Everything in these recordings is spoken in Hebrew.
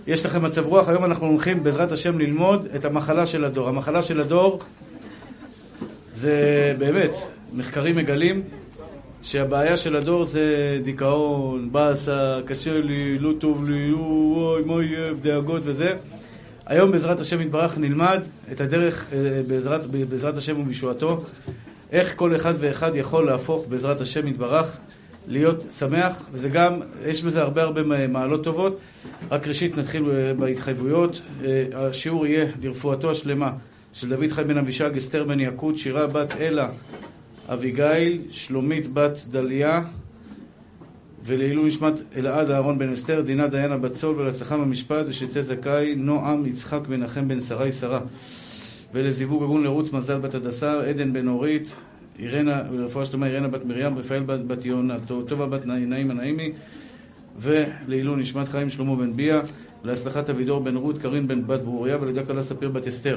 יש לכם מצב רוח. היום אנחנו הולכים בעזרת השם ללמוד את המחלה של הדור. המחלה של הדור זה באמת, מחקרים מגלים שהבעיה של הדור זה דיכאון, באסה, קשה לי, לא טוב לי, אוי, מה יהיה, דאגות וזה. היום בעזרת השם יתברך נלמד את הדרך בעזרת השם ובישועתו, איך כל אחד ואחד יכול להפוך בעזרת השם יתברך להיות שמח, וזה גם, יש בזה הרבה מעלות טובות. רק ראשית נתחיל בהתחייבויות. השיעור יהיה לרפואתו השלמה של דוד חי בן אבישג, אסתר בן יקות, שירה בת אלה אביגיל, שלומית בת דליה, ולעילוי נשמת אלעד אהרון בן אסתר, דינה דיינה בת צול, ולהצלחה במשפט ושצא זכאי נועם יצחק מנחם בן שרי שרה, ולזיווג הגון לרות מזל בת הדסה, עדן בן אורית, אירנה, ולרפואה שלמה אירנה בת מרים, רפאל בת יונה, טובה בת נעים הנעימי, ולעילוי נשמת חיים שלמה בן ביה, להצלחת אבידור בן רות, קרין בן בת ברוריה, ולדע קלה ספיר בת אסתר.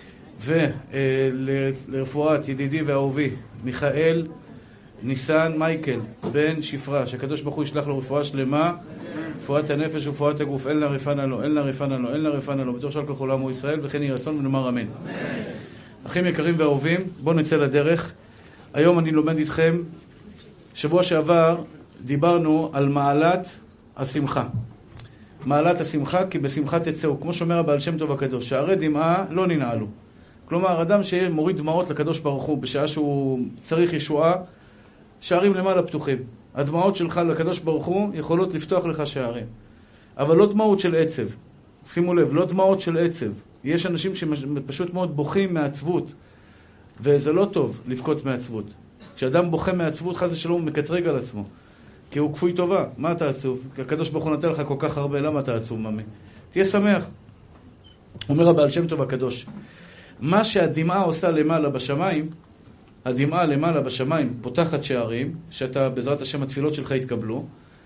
ולרפואת ידידי ואהובי מיכאל ניסן מייקל בן שפרה, שהקדוש ברוך הוא ישלח לו רפואה שלמה, רפואת הנפש ורפואת הגוף, אין לה רפנה לו, אין לה רפנה לו, אין לה רפנה לו, בתור של כל עמו ישראל, וכן יהי רצון ונאמר אמן. אחים יקרים ואהובים, בואו נצא לדרך. היום אני לומד איתכם, שבוע שעבר דיברנו על מעלת השמחה. מעלת השמחה, כי בשמחה תצאו, כמו שאומר הבעל שם טוב הקדוש, שערי דמעה לא ננעלו. כלומר, אדם שמוריד דמעות לקדוש ברוך הוא בשעה שהוא צריך ישועה, שערים למעלה פתוחים. הדמעות שלך לקדוש ברוך הוא יכולות לפתוח לך שערים. אבל לא דמעות של עצב. שימו לב, לא דמעות של עצב. יש אנשים שפשוט מאוד בוכים מעצבות, וזה לא טוב לבכות מעצבות. כשאדם בוכה מעצבות, חס ושלום, הוא מקטרג על עצמו. כי הוא כפוי טובה. מה אתה עצוב? כי הקדוש ברוך הוא נתן לך כל כך הרבה, למה אתה עצוב, ממי? תהיה שמח. אומר הבעל שם טוב הקדוש. מה שהדמעה עושה למעלה בשמיים, הדמעה למעלה בשמיים פותחת שערים, שאתה בעזרת השם התפילות שלך יתקבלו,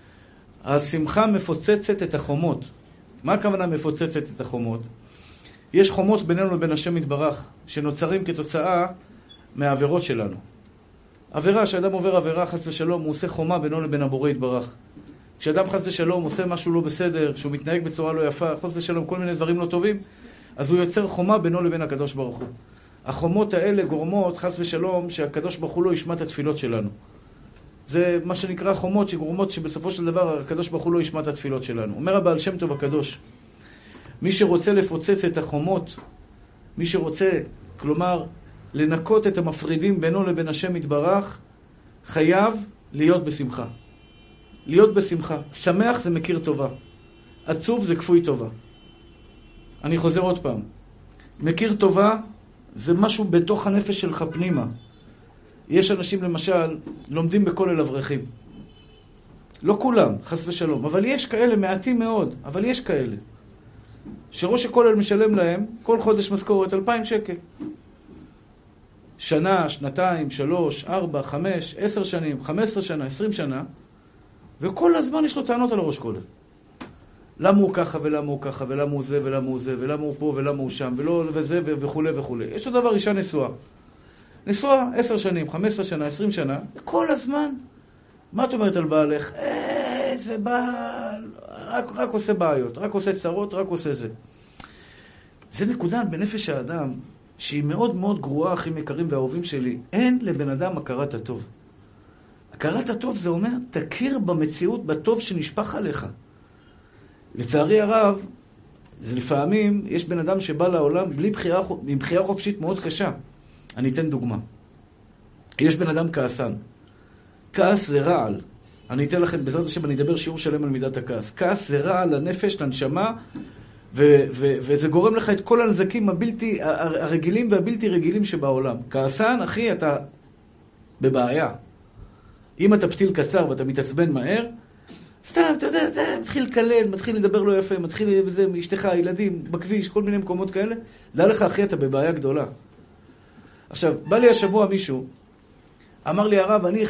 השמחה מפוצצת את החומות. מה הכוונה מפוצצת את החומות? יש חומות בינינו לבין השם יתברך, שנוצרים כתוצאה מהעבירות שלנו. עבירה, שאדם עובר עבירה חס ושלום, הוא עושה חומה בינו לבין הבורא יתברך. כשאדם חס ושלום עושה משהו לא בסדר, שהוא מתנהג בצורה לא יפה, חס ושלום כל מיני דברים לא טובים, אז הוא יוצר חומה בינו לבין הקדוש ברוך הוא. החומות האלה גורמות, חס ושלום, שהקדוש ברוך הוא לא ישמע את התפילות שלנו. זה מה שנקרא חומות שגורמות שבסופו של דבר הקדוש ברוך הוא לא ישמע את התפילות שלנו. אומר הבעל שם טוב הקדוש, מי שרוצה לפוצץ את החומות, מי שרוצה, כלומר, לנקות את המפרידים בינו לבין השם יתברך, חייב להיות בשמחה. להיות בשמחה. שמח זה מכיר טובה. עצוב זה כפוי טובה. אני חוזר עוד פעם. מכיר טובה זה משהו בתוך הנפש שלך פנימה. יש אנשים למשל לומדים בכולל אברכים. לא כולם, חס ושלום, אבל יש כאלה מעטים מאוד, אבל יש כאלה. שראש הכולל משלם להם כל חודש משכורת 2,000 שקל. שנה, שנתיים, 3, 4, 5, 10 שנים, 15 שנה, 20 שנה, וכל הזמן יש לו טענות על הראש כולל. למה הוא ככה ולמה הוא ככה ולמה הוא זה ולמה הוא זה ולמה הוא פה ולמה הוא שם ולא וזה וכו' וכו'. יש לו דבר אישה נשואה. נשואה 10 שנים, 15 שנה, 20 שנה, כל הזמן. מה את אומרת על בעלך? זה בעל, רק עושה בעיות, רק עושה צרות, רק עושה זה. זה נקודה בנפש האדם שהיא מאוד מאוד גרועה, אחים יקרים ואהובים שלי. אין לבן אדם הכרת הטוב. הכרת הטוב זה אומר, תכיר במציאות, בטוב שנשפך עליך. לצערי הרב, זה לפעמים, יש בן אדם שבא לעולם בלי בחירה חופשית מאוד קשה. אני אתן דוגמה. יש בן אדם כעסן. כעס זה רעל. אני אתן לכם, בעזרת השם, אני אדבר שיעור שלם על מידת הכעס. כעס זה רעל לנפש, לנשמה, וזה גורם לך את כל הנזקים הרגילים והבלתי רגילים שבעולם. כעסן, אחי, אתה בבעיה. אם אתה פתיל קצר ואתה מתעצבן מהר, סתם, אתה יודע, מתחיל לקלל, מתחיל לדבר לא יפה, מתחיל בזה, מאשתך, ילדים, בכביש, כל מיני מקומות כאלה, דע לך, אחי, אתה בבעיה גדולה. עכשיו, בא לי השבוע מישהו, אמר לי הרב, אני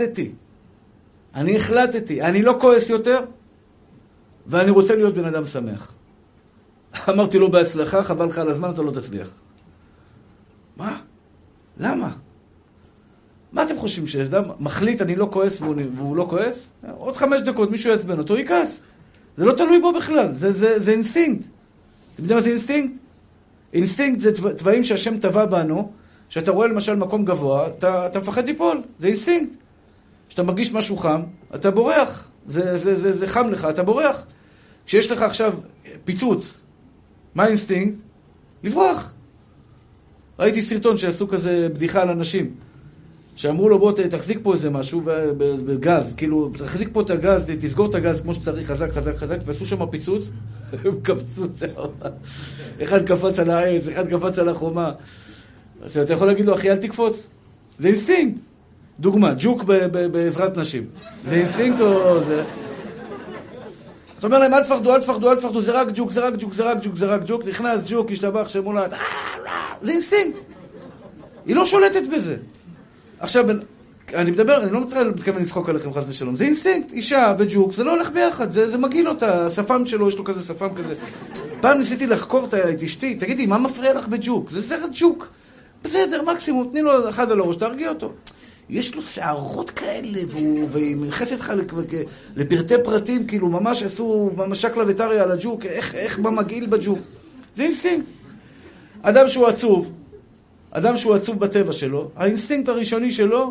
החלטתי, אני לא כועס יותר, ואני רוצה להיות בן אדם שמח. אמרתי לו בהצלחה, חבל לך על הזמן, אתה לא תצליח. מה? למה? מה אתם חושבים שאדם מחליט אני לא כועס והוא לא כועס? עוד 5 דקות מישהו יעצבן אותו, יכעס. זה לא תלוי בו בכלל, זה אינסטינקט. אתם יודעים מה זה אינסטינקט? אינסטינקט זה צבעים שהשם טבע בנו, שאתה רואה למשל מקום גבוה, אתה מפחד ליפול, זה אינסטינקט. כשאתה מרגיש משהו חם, אתה בורח. זה חם לך, אתה בורח. כשיש לך עכשיו פיצוץ, מה האינסטינקט? לברוח. ראיתי סרטון שעשו כזה בדיחה על אנשים, שאמרו לו בוא תחזיק פה איזה משהו בגז, כאילו תחזיק פה את הגז, תסגור את הגז כמו שצריך, חזק, חזק, חזק, ועשו שם פיצוץ, הם קפצו, אחד קפץ על העץ, אחד קפץ על החומה. עכשיו אתה יכול להגיד לו אחי אל תקפוץ, זה אינסטינקט. דוגמה, ג'וק בעזרת נשים, זה אינסטינקט או זה? אתה אומר להם אל תפחדו, אל תפחדו, אל תפחדו, זה רק ג'וק, זה רק ג'וק, זה רק ג'וק, זה רק ג'וק, נכנס ג'וק, השתבח שמולת, זה אינסטינקט. היא לא שולטת בזה. עכשיו, אני מדבר, אני לא מתכוון לצחוק עליכם חס ושלום, זה אינסטינקט, אישה וג'וק, זה לא הולך ביחד, זה מגיל אותה, השפם שלו, יש לו כזה שפם כזה. פעם ניסיתי לחקור את אשתי, תגידי, מה מפריע לך בג'וק? זה סרט ג'וק. בסדר, מקסימום, תני לו אחד על הראש, תרגיע אותו. יש לו שערות כאלה, והיא מנחסת לך לפרטי פרטים, כאילו ממש עשו משק לוטריה על הג'וק, איך במגעיל בג'וק. זה אינסטינקט. אדם שהוא עצוב בטבע שלו, האינסטינקט הראשוני שלו,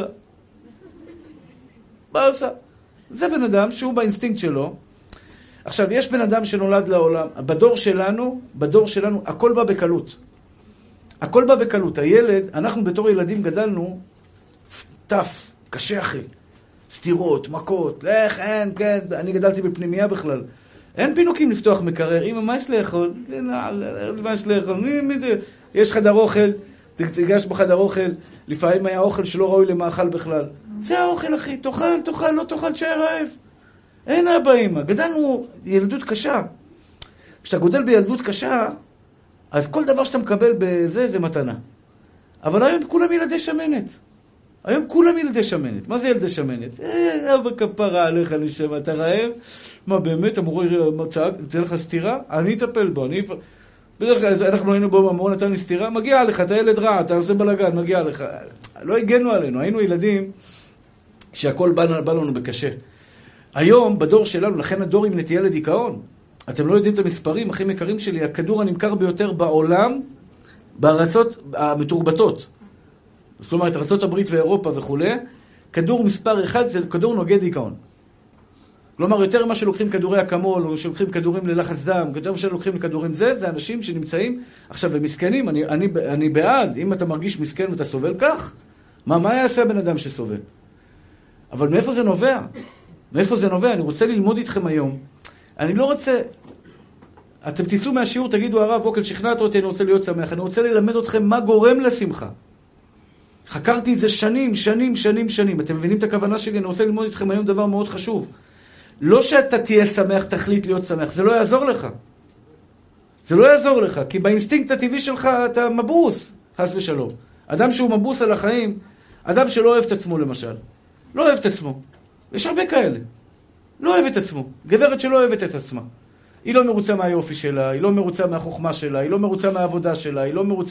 בעשה. זה בן אדם שהוא באינסטינקט שלו. עכשיו, יש בן אדם שנולד לעולם, בדור שלנו, הכל בא בקלות. הכל בא בקלות. הילד, אנחנו בתור ילדים גדלנו, טף, קשה אחי. סתירות, מכות, אין, כן, אני גדלתי בפנימיה בכלל. אין פינוקים לפתוח מקרר, אמא, מה יש לאכול? מה יש לאכול? מי זה? יש חדר אוכל, תיגש בחדר אוכל, לפעמים היה אוכל שלא ראוי למאכל בכלל. זה האוכל אחי, תאכל, לא תאכל, תשאר רעב. אין אבא אמא, גדלנו ילדות קשה. כשאתה גודל בילדות קשה, אז כל דבר שאתה מקבל בזה, זה מתנה. אבל היום כולם ילדי שמנת. מה זה ילדי שמנת? אבא כפרה עליך נשמה, אתה רעב? מה באמת, המורה צעק, נתן לך סתירה? אני אטפל בו, בדרך כלל אנחנו היינו בו, המורה נתן לי סתירה, מגיע לך, אתה ילד רע, אתה עושה בלגן, מגיע לך. לא הגנו עלינו, היינו ילדים שהכל בא לנו בקשה. היום, בדור שלנו, לכן הדור עם נטייה לדיכאון. אתם לא יודעים את המספרים, הכי יקרים שלי, הכדור הנמכר ביותר בעולם, בארצות המתורבתות. זאת אומרת, ארצות הברית ואירופה וכו', כדור מספר אחד זה כדור נוגד דיכאון. כלומר, יותר מה שלוקחים כדורי אקמול, או שלוקחים כדורים ללחץ דם, יותר מה שלוקחים לכדורים זה אנשים שנמצאים, עכשיו, במסכנים, אני בעד, אם אתה מרגיש מסכן ואתה סובל כך, מה יעשה הבן אדם שסובל? אבל מאיפה זה נובע? אני רוצה ללמוד איתכם היום. אני לא רוצה, אתם תצאו מהשיעור, תגידו, הרב, אוקיי, שכנעת אותי, אני רוצה להיות שמח. אני רוצה ללמד אתכם מה גורם לשמחה. חקרתי את זה שנים. אתם מבינים את הכוונה שלי? אני רוצה ללמוד איתכם היום דבר מאוד חשוב. לא שאתה תהיה שמח, תחליט להיות שמח. זה לא יעזור לך. כי באינסטינקט הטבעי שלך אתה מבוס, חס ושלום. אדם שהוא מבוס על החיים, אדם שלא אוהב את עצמו למשל. לא אוהב את עצמו. יש הרבה כאלה. לא אוהב את עצמו. גברת שלא אוהבת את עצמה. היא לא מרוצה מהיופי שלה, היא לא מרוצה מהחוכמה שלה, היא לא מרוצה מהעבודה שלה, היא לא מרוצה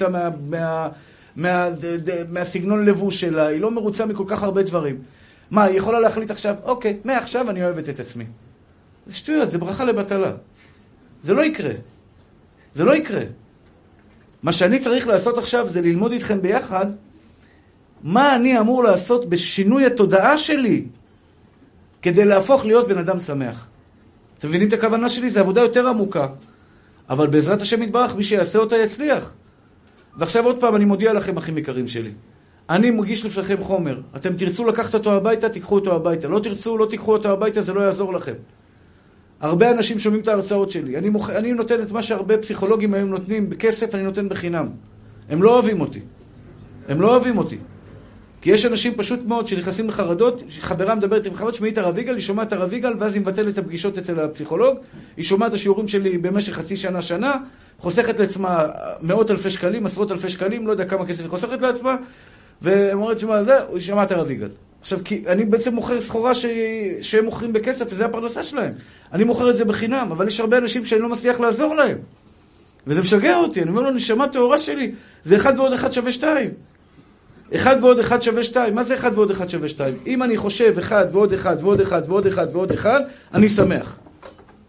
מהסגנון לבוש שלה, היא לא מרוצה מכל כך הרבה דברים. מה, היא יכולה להחליט עכשיו, אוקיי, מעכשיו אני אוהבת את עצמי. זה שטויות, זה ברכה לבטלה. זה לא יקרה. מה שאני צריך לעשות עכשיו זה ללמוד איתכם ביחד, מה אני אמור לעשות בשינוי התודעה שלי, כדי להפוך להיות בן אדם שמח. אתם מבינים את הכוונה שלי? זו עבודה יותר עמוקה. אבל בעזרת השם יתברך, מי שיעשה אותה יצליח. ועכשיו עוד פעם אני מודיע לכם, אחים יקרים שלי. אני מגיש לפניכם חומר. אתם תרצו לקחת אותו הביתה, תיקחו אותו הביתה. לא תרצו, לא תיקחו אותו הביתה, זה לא יעזור לכם. הרבה אנשים שומעים את ההרצאות שלי. אני נותן את מה שהרבה פסיכולוגים היום נותנים בכסף, אני נותן בחינם. הם לא אוהבים אותי. כי יש אנשים פשוט מאוד שנכנסים לחרדות, חברה מדברת עם חרדות, שמעית הרב יגאל, היא שומעת הרב יגאל, ואז היא מבטלת את הפגישות אצל הפסיכולוג, היא שומעת השיעורים שלי במשך חצי שנה, חוסכת לעצמה מאות אלפי שקלים, עשרות אלפי שקלים, לא יודע כמה כסף היא חוסכת לעצמה, ואומרת שמה, היא שמעת הרב יגאל. עכשיו, כי אני בעצם מוכר סחורה שהם מוכרים בכסף, וזה הפרנסה שלהם. אני מוכר את זה בחינם, אבל יש הרבה אנשים שאני לא מצליח לעזור להם. וזה משגע אותי, אני אומר לו, נשמה תאורה שלי, זה 1 ועוד 1 שווה 2. 1 ועוד 1 שווה 2. מה זה 1 ועוד 1 שווה 2? אם אני חושב 1 ועוד 1 ועוד 1 ועוד 1 ועוד 1, אני שמח.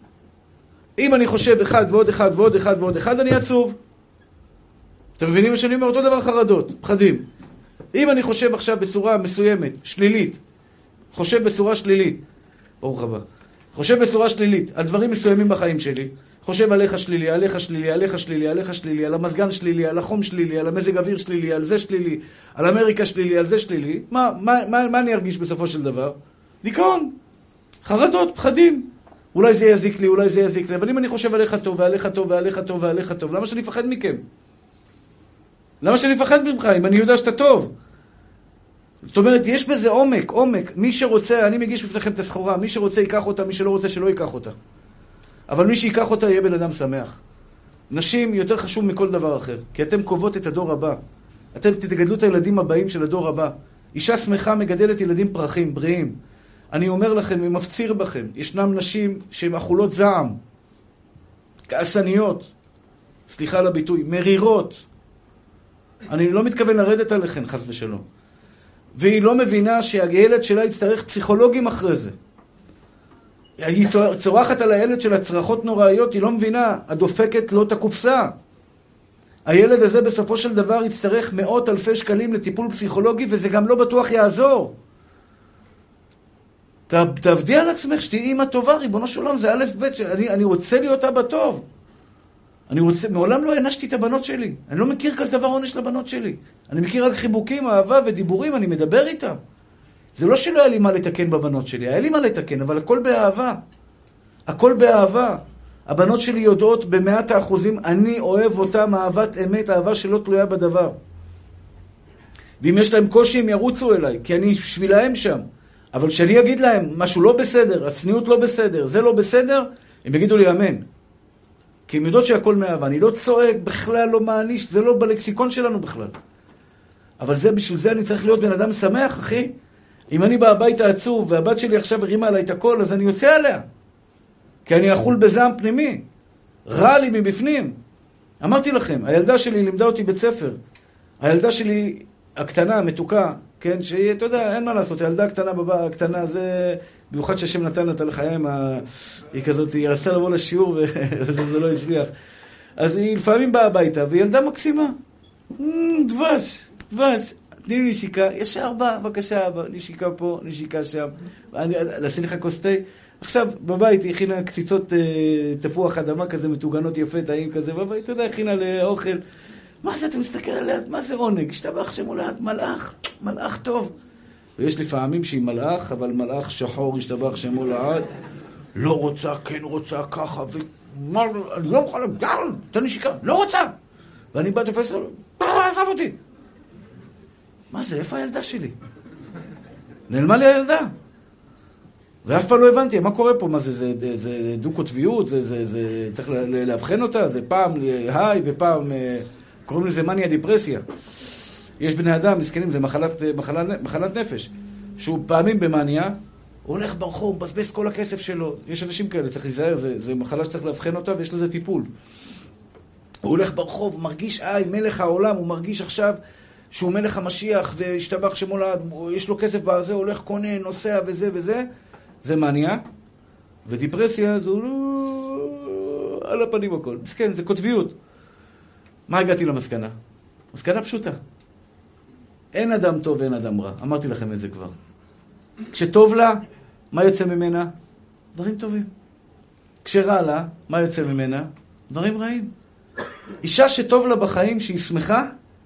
אם אני חושב אחד ועוד אחד ועוד אחד ועוד אחד, אני עצוב. אתם מבינים מה שאני אומר? אותו דבר חרדות, פחדים. אם אני חושב עכשיו בצורה מסוימת, שלילית, חושב בצורה שלילית, ברוך הבא, חושב בצורה שלילית על דברים מסוימים בחיים שלי, חושב עליך שלילי, עליך שלילי, עליך שלילי, עליך שלילי, על המזגן שלילי, על החום שלילי, על המזג אוויר שלילי, על זה שלילי, על אמריקה שלילי, על זה שלילי, מה אני ארגיש בסופו של דבר? דיכאון, חרדות, פחדים. אולי זה יזיק לי, אולי זה יזיק לי, אבל אם אני חושב עליך טוב, ועליך טוב, ועליך טוב, ועליך טוב, למה שאני אפחד מכם? למה שאני אפחד ממך, אם אני יודע שאתה טוב? זאת אומרת, יש בזה עומק, עומק. מי שרוצה, אני מגיש בפניכם את הסחורה, מי שרוצה ייקח אותה, מי שלא רוצה שלא ייקח אותה. אבל מי שיקח אותה יהיה בן אדם שמח. נשים יותר חשוב מכל דבר אחר, כי אתם קובעות את הדור הבא. אתם תגדלו את הילדים הבאים של הדור הבא. אישה שמחה מגדלת ילדים פרחים, בריאים. אני אומר לכם, אני מפציר בכם, ישנם נשים שהן אכולות זעם, כעסניות, סליחה על הביטוי, מרירות. אני לא מתכוון לרדת עליכם, חס ושלום. והיא לא מבינה שהילד שלה יצטרך פסיכולוגים אחרי זה. היא צורחת על הילד של הצרחות נוראיות, היא לא מבינה, הדופקת לא תקופסה. הילד הזה בסופו של דבר יצטרך מאות אלפי שקלים לטיפול פסיכולוגי, וזה גם לא בטוח יעזור. תעבדי על עצמך, שתהי אימא טובה, ריבונו של עולם, זה א' ב', אני רוצה להיות אבא טוב. מעולם לא הענשתי את הבנות שלי. אני לא מכיר כזה דבר עונש לבנות שלי. אני מכיר רק חיבוקים, אהבה ודיבורים, אני מדבר איתם. זה לא שלא היה לי מה לתקן בבנות שלי, היה לי מה לתקן, אבל הכל באהבה. הכל באהבה. הבנות שלי יודעות ב100%, אני אוהב אותם אהבת אמת, אהבה שלא תלויה בדבר. ואם יש להם קושי, הם ירוצו אליי, כי אני בשבילהם שם. אבל כשאני אגיד להם משהו לא בסדר, הצניעות לא בסדר, זה לא בסדר, הם יגידו לי אמן. כי הם יודעות שהכל מאהבה. אני לא צועק, בכלל לא מעניש, זה לא בלקסיקון שלנו בכלל. אבל בשביל זה אני צריך להיות בן אדם שמח, אחי. אם אני בא הביתה עצוב, והבת שלי עכשיו הרימה עליי את הכל, אז אני יוצא עליה. כי אני אכול בזעם פנימי. רע לי מבפנים. אמרתי לכם, הילדה שלי לימדה אותי בית ספר. הילדה שלי, הקטנה, המתוקה, כן, שהיא, אתה יודע, אין מה לעשות, הילדה הקטנה, זה, במיוחד שהשם נתן לה לחיים, היא כזאת, היא רצתה לבוא לשיעור, וזה לא הצליח. אז היא לפעמים באה הביתה, והיא ילדה מקסימה. דבש, תני לי נשיקה, ישר בא, בבקשה, נשיקה פה, נשיקה שם. לשים לך כוס תה. עכשיו, בבית היא הכינה קציצות תפוח אדמה כזה, מטוגנות יפה, טעים כזה, בבית, אתה יודע, הכינה לאוכל. מה זה, אתה מסתכל עליה, מה זה עונג? השתבח שמולד, מלאך טוב. ויש לפעמים שהיא מלאך, אבל מלאך שחור, השתבח שמולד, לא רוצה, כן רוצה, ככה, אני לא מוכן, תן נשיקה, לא רוצה. ואני בא תופס, עזב אותי. מה זה, איפה הילדה שלי? נעלמה לי הילדה. ואף פעם לא הבנתי, מה קורה פה? מה זה דו-קוטביות? זה צריך להבחן אותה? זה פעם היי ופעם... קוראים לזה מניה דיפרסיה. יש בני אדם, מסכנים, זה מחלת נפש. שהוא פעמים במניה, הוא הולך ברחוב, מבזבז כל הכסף שלו. יש אנשים כאלה, צריך להיזהר, זה מחלה שצריך להבחן אותה ויש לזה טיפול. הוא הולך ברחוב, מרגיש, מלך העולם, הוא מרגיש עכשיו שהוא מלך המשיח והשתבח שמולד, יש לו כסף בזה, הולך, קונה, נוסע וזה וזה. זה מניה. ודיפרסיה זה על הפנים הכל. מסכן, זה קוטביות. מה הגעתי למסקנה? מסקנה פשוטה. אין אדם טוב ואין אדם רע. אמרתי לכם את זה כבר. כשטוב לה, מה יוצא ממנה? דברים טובים. כשרע לה, מה יוצא ממנה? דברים רעים. אישה שטוב לה בחיים, שהיא שמחה,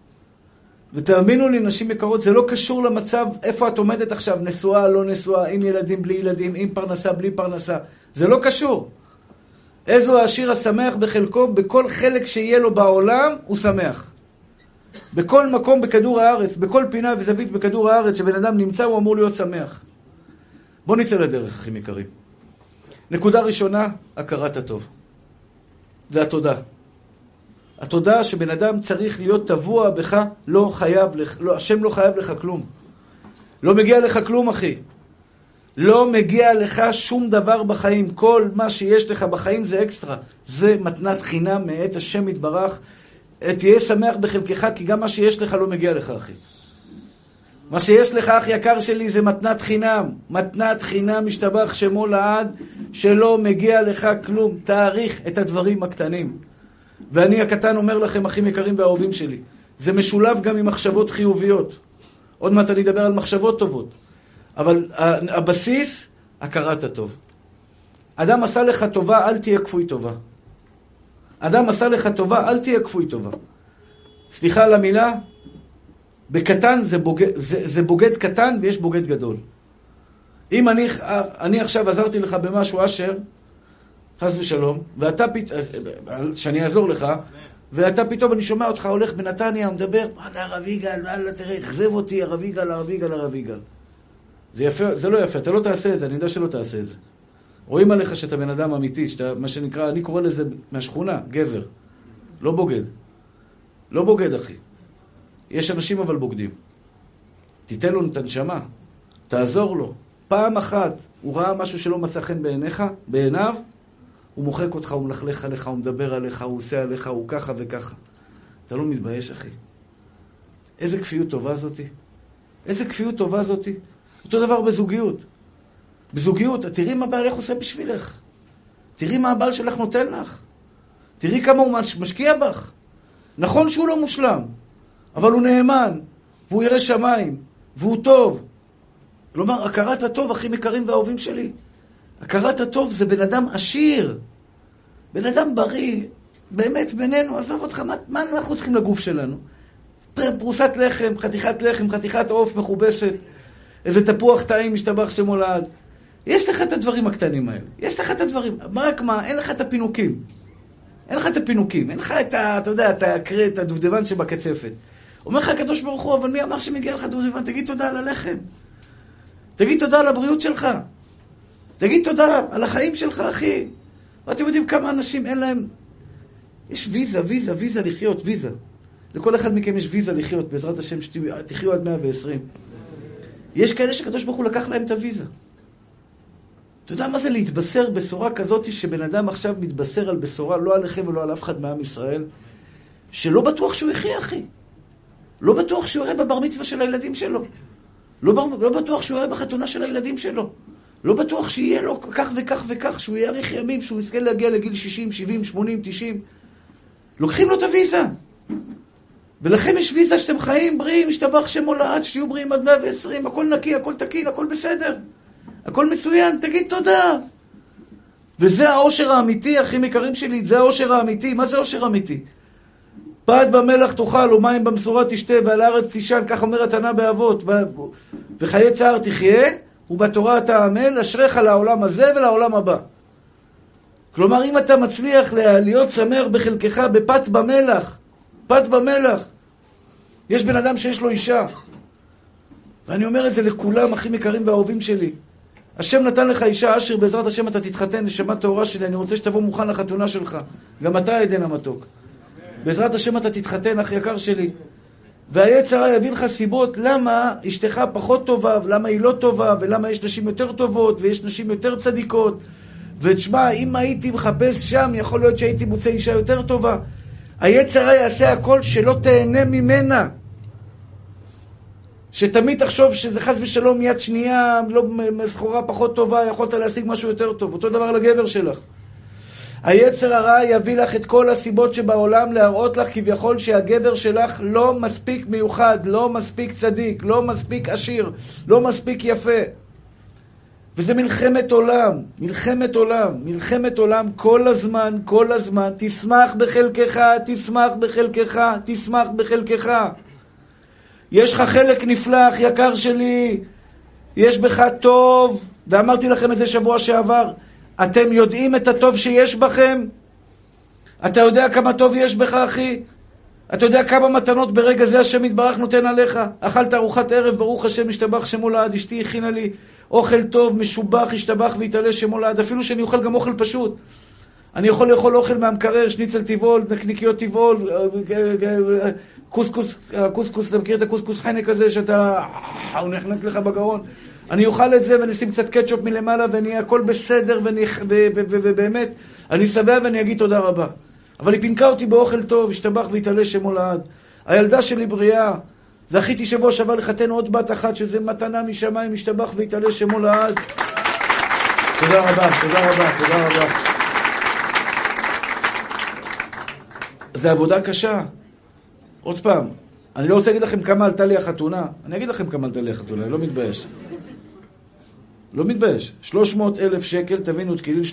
ותאמינו לי, נשים יקרות, זה לא קשור למצב איפה את עומדת עכשיו, נשואה, לא נשואה, עם ילדים, בלי ילדים, עם פרנסה, בלי פרנסה. זה לא קשור. איזו העשיר השמח בחלקו, בכל חלק שיהיה לו בעולם, הוא שמח. בכל מקום בכדור הארץ, בכל פינה וזווית בכדור הארץ שבן אדם נמצא, הוא אמור להיות שמח. בוא נצא לדרך, אחים יקרים. נקודה ראשונה, הכרת הטוב. זה התודה. התודה שבן אדם צריך להיות טבוע בך, השם לא חייב לך כלום. לא מגיע לך כלום, אחי. לא מגיע לך שום דבר בחיים. כל מה שיש לך בחיים זה אקסטרה. זה מתנת חינם מאת השם יתברך. תהיה שמח בחלקך, כי גם מה שיש לך לא מגיע לך, אחי. מה שיש לך, אח יקר שלי, זה מתנת חינם. מתנת חינם, משתבח שמו לעד, שלא מגיע לך כלום. תאריך את הדברים הקטנים. ואני הקטן אומר לכם, אחים יקרים ואהובים שלי, זה משולב גם עם מחשבות חיוביות. עוד מעט אני אדבר על מחשבות טובות. אבל הבסיס, הכרת הטוב. אדם עשה לך טובה, אל תהיה כפוי טובה. אדם עשה לך טובה, אל תהיה כפוי טובה. סליחה על המילה, בקטן זה בוגד קטן ויש בוגד גדול. אם אני עכשיו עזרתי לך במשהו אשר, חס ושלום, ואתה שאני אעזור לך, ואתה פתאום, אני שומע אותך הולך בנתניה, מדבר, מה אתה הרב יגאל, תראה, החזב אותי, הרב יגאל, הרב יגאל, הרב יגאל. זה יפה, זה לא יפה, אתה לא תעשה את זה, אני יודע שלא תעשה את זה. רואים עליך שאתה בן אדם אמיתי, שאתה, מה שנקרא, אני קורא לזה מהשכונה, גבר. לא בוגד. לא בוגד, אחי. יש אנשים אבל בוגדים. תיתן לו את הנשמה, תעזור לו. פעם אחת הוא ראה משהו שלא מצא חן בעיניו, הוא מוחק אותך, הוא מלכלך עליך, הוא מדבר עליך, הוא עושה עליך, הוא ככה וככה. אתה לא מתבייש, אחי. איזה כפיות טובה זאתי. איזה כפיות טובה זאתי. אותו דבר בזוגיות. בזוגיות, תראי מה בעלך עושה בשבילך. תראי מה הבעל שלך נותן לך. תראי כמה הוא משקיע בך. נכון שהוא לא מושלם, אבל הוא נאמן, והוא ירא שמיים, והוא טוב. כלומר, הכרת הטוב, אחים יקרים ואהובים שלי. הכרת הטוב זה בן אדם עשיר. בן אדם בריא. באמת, בינינו, עזוב אותך, מה אנחנו צריכים לגוף שלנו? פרוסת לחם, חתיכת עוף מכובסת, איזה תפוח טעים משתבח שמו לעד. יש לך את הדברים הקטנים האלה. יש לך את הדברים. רק מה, אין לך את הפינוקים. אין לך את הפינוקים. אין לך את אתה יודע, את הדובדבן שבקצפת. אומר לך הקדוש ברוך הוא, אבל מי אמר שמגיע לך דובדבן? תגיד תודה על הלחם. תגיד תודה על הבריאות שלך. תגיד תודה על החיים שלך, אחי. ואתם יודעים כמה אנשים אין להם... יש ויזה לחיות, ויזה. לכל אחד מכם יש ויזה לחיות, בעזרת השם שתחיו עד 120. יש כאלה שקדוש ברוך הוא לקח להם את הוויזה. אתה יודע מה זה להתבשר בשורה כזאת שבן אדם עכשיו מתבשר על בשורה, לא עליכם ולא על אף אחד מעם ישראל, שלא בטוח שהוא יחיה, אחי. לא בטוח שהוא יראה בבר מצווה של הילדים שלו. לא בטוח שהוא יראה בחתונה של הילדים שלו. לא בטוח שיהיה לו כך וכך וכך, שהוא יאריך ימים, שהוא יזכה להגיע לגיל 60, 70, 80, 90. לוקחים לו את הוויזה. ולכם יש ויזה שאתם חיים בריאים, משתבח שמו לעד, שתהיו בריאים עד 120, הכל נקי, הכל תקין, הכל בסדר. הכל מצוין, תגיד תודה. וזה האושר האמיתי, אחים יקרים שלי, זה האושר האמיתי. מה זה האושר האמיתי? פת במלח תאכל ומים במשורה תשתה ועל הארץ תישן, כך אומר התנא באבות, וחיי צער תחיה ובתורה תעמל, אשריך לעולם הזה ולעולם הבא. כלומר, אם אתה מצליח להיות שמח בחלקך בפת במלח, פת במלח, יש בן אדם שיש לו אישה, ואני אומר את זה לכולם, אחים יקרים ואהובים שלי, השם נתן לך אישה עשיר, בעזרת השם אתה תתחתן, נשמה טהורה שלי, אני רוצה שתבוא מוכן לחתונה שלך, גם אתה עדן המתוק. בעזרת השם אתה תתחתן, אח יקר שלי. והיצר הרע יביא לך סיבות למה אשתך פחות טובה, ולמה היא לא טובה, ולמה יש נשים יותר טובות, ויש נשים יותר צדיקות. ותשמע, אם הייתי מחפש שם, יכול להיות שהייתי מוצא אישה יותר טובה. היצר הרע יעשה הכל שלא תהנה ממנה. שתמיד תחשוב שזה חס ושלום יד שנייה, לא סחורה פחות טובה, יכולת להשיג משהו יותר טוב. אותו דבר לגבר שלך. היצר הרע יביא לך את כל הסיבות שבעולם להראות לך כביכול שהגבר שלך לא מספיק מיוחד, לא מספיק צדיק, לא מספיק עשיר, לא מספיק יפה. וזה מלחמת עולם, מלחמת עולם, מלחמת עולם כל הזמן, כל הזמן. תשמח בחלקך, תשמח בחלקך, תשמח בחלקך. יש לך חלק נפלא, אח יקר שלי. יש בך טוב, ואמרתי לכם את זה שבוע שעבר. אתם יודעים את הטוב שיש בכם? אתה יודע כמה טוב יש בך, אחי? אתה יודע כמה מתנות ברגע זה השם יתברך נותן עליך? אכלת ארוחת ערב, ברוך השם, השתבח שמו לעד, אשתי הכינה לי אוכל טוב, משובח, השתבח והתעלה שמו לעד, אפילו שאני אוכל גם אוכל פשוט. אני יכול לאכול אוכל מהמקרר, שניצל טבעול, נקניקיות טבעול, קוסקוס, אתה מכיר את הקוסקוס חנק הזה שאתה, הוא נחנק לך בגרון. אני אוכל את זה ואני אשים קצת קטשופ מלמעלה ואני הכל בסדר ובאמת אני שבע ואני אגיד תודה רבה. אבל היא פינקה אותי באוכל טוב, השתבח והתעלה שמו לעד. הילדה שלי בריאה, זכיתי שבוע שעבר לחתן עוד בת אחת, שזה מתנה משמיים, משתבח והתעלה שמו לעד. תודה רבה, תודה רבה, תודה רבה. זה עבודה קשה. עוד פעם, אני לא רוצה להגיד לכם כמה עלתה לי החתונה. אני אגיד לכם כמה עלתה לי החתונה, אני לא מתבייש. לא מתבייש. 300,000 שקל, תבינו, תקיליל,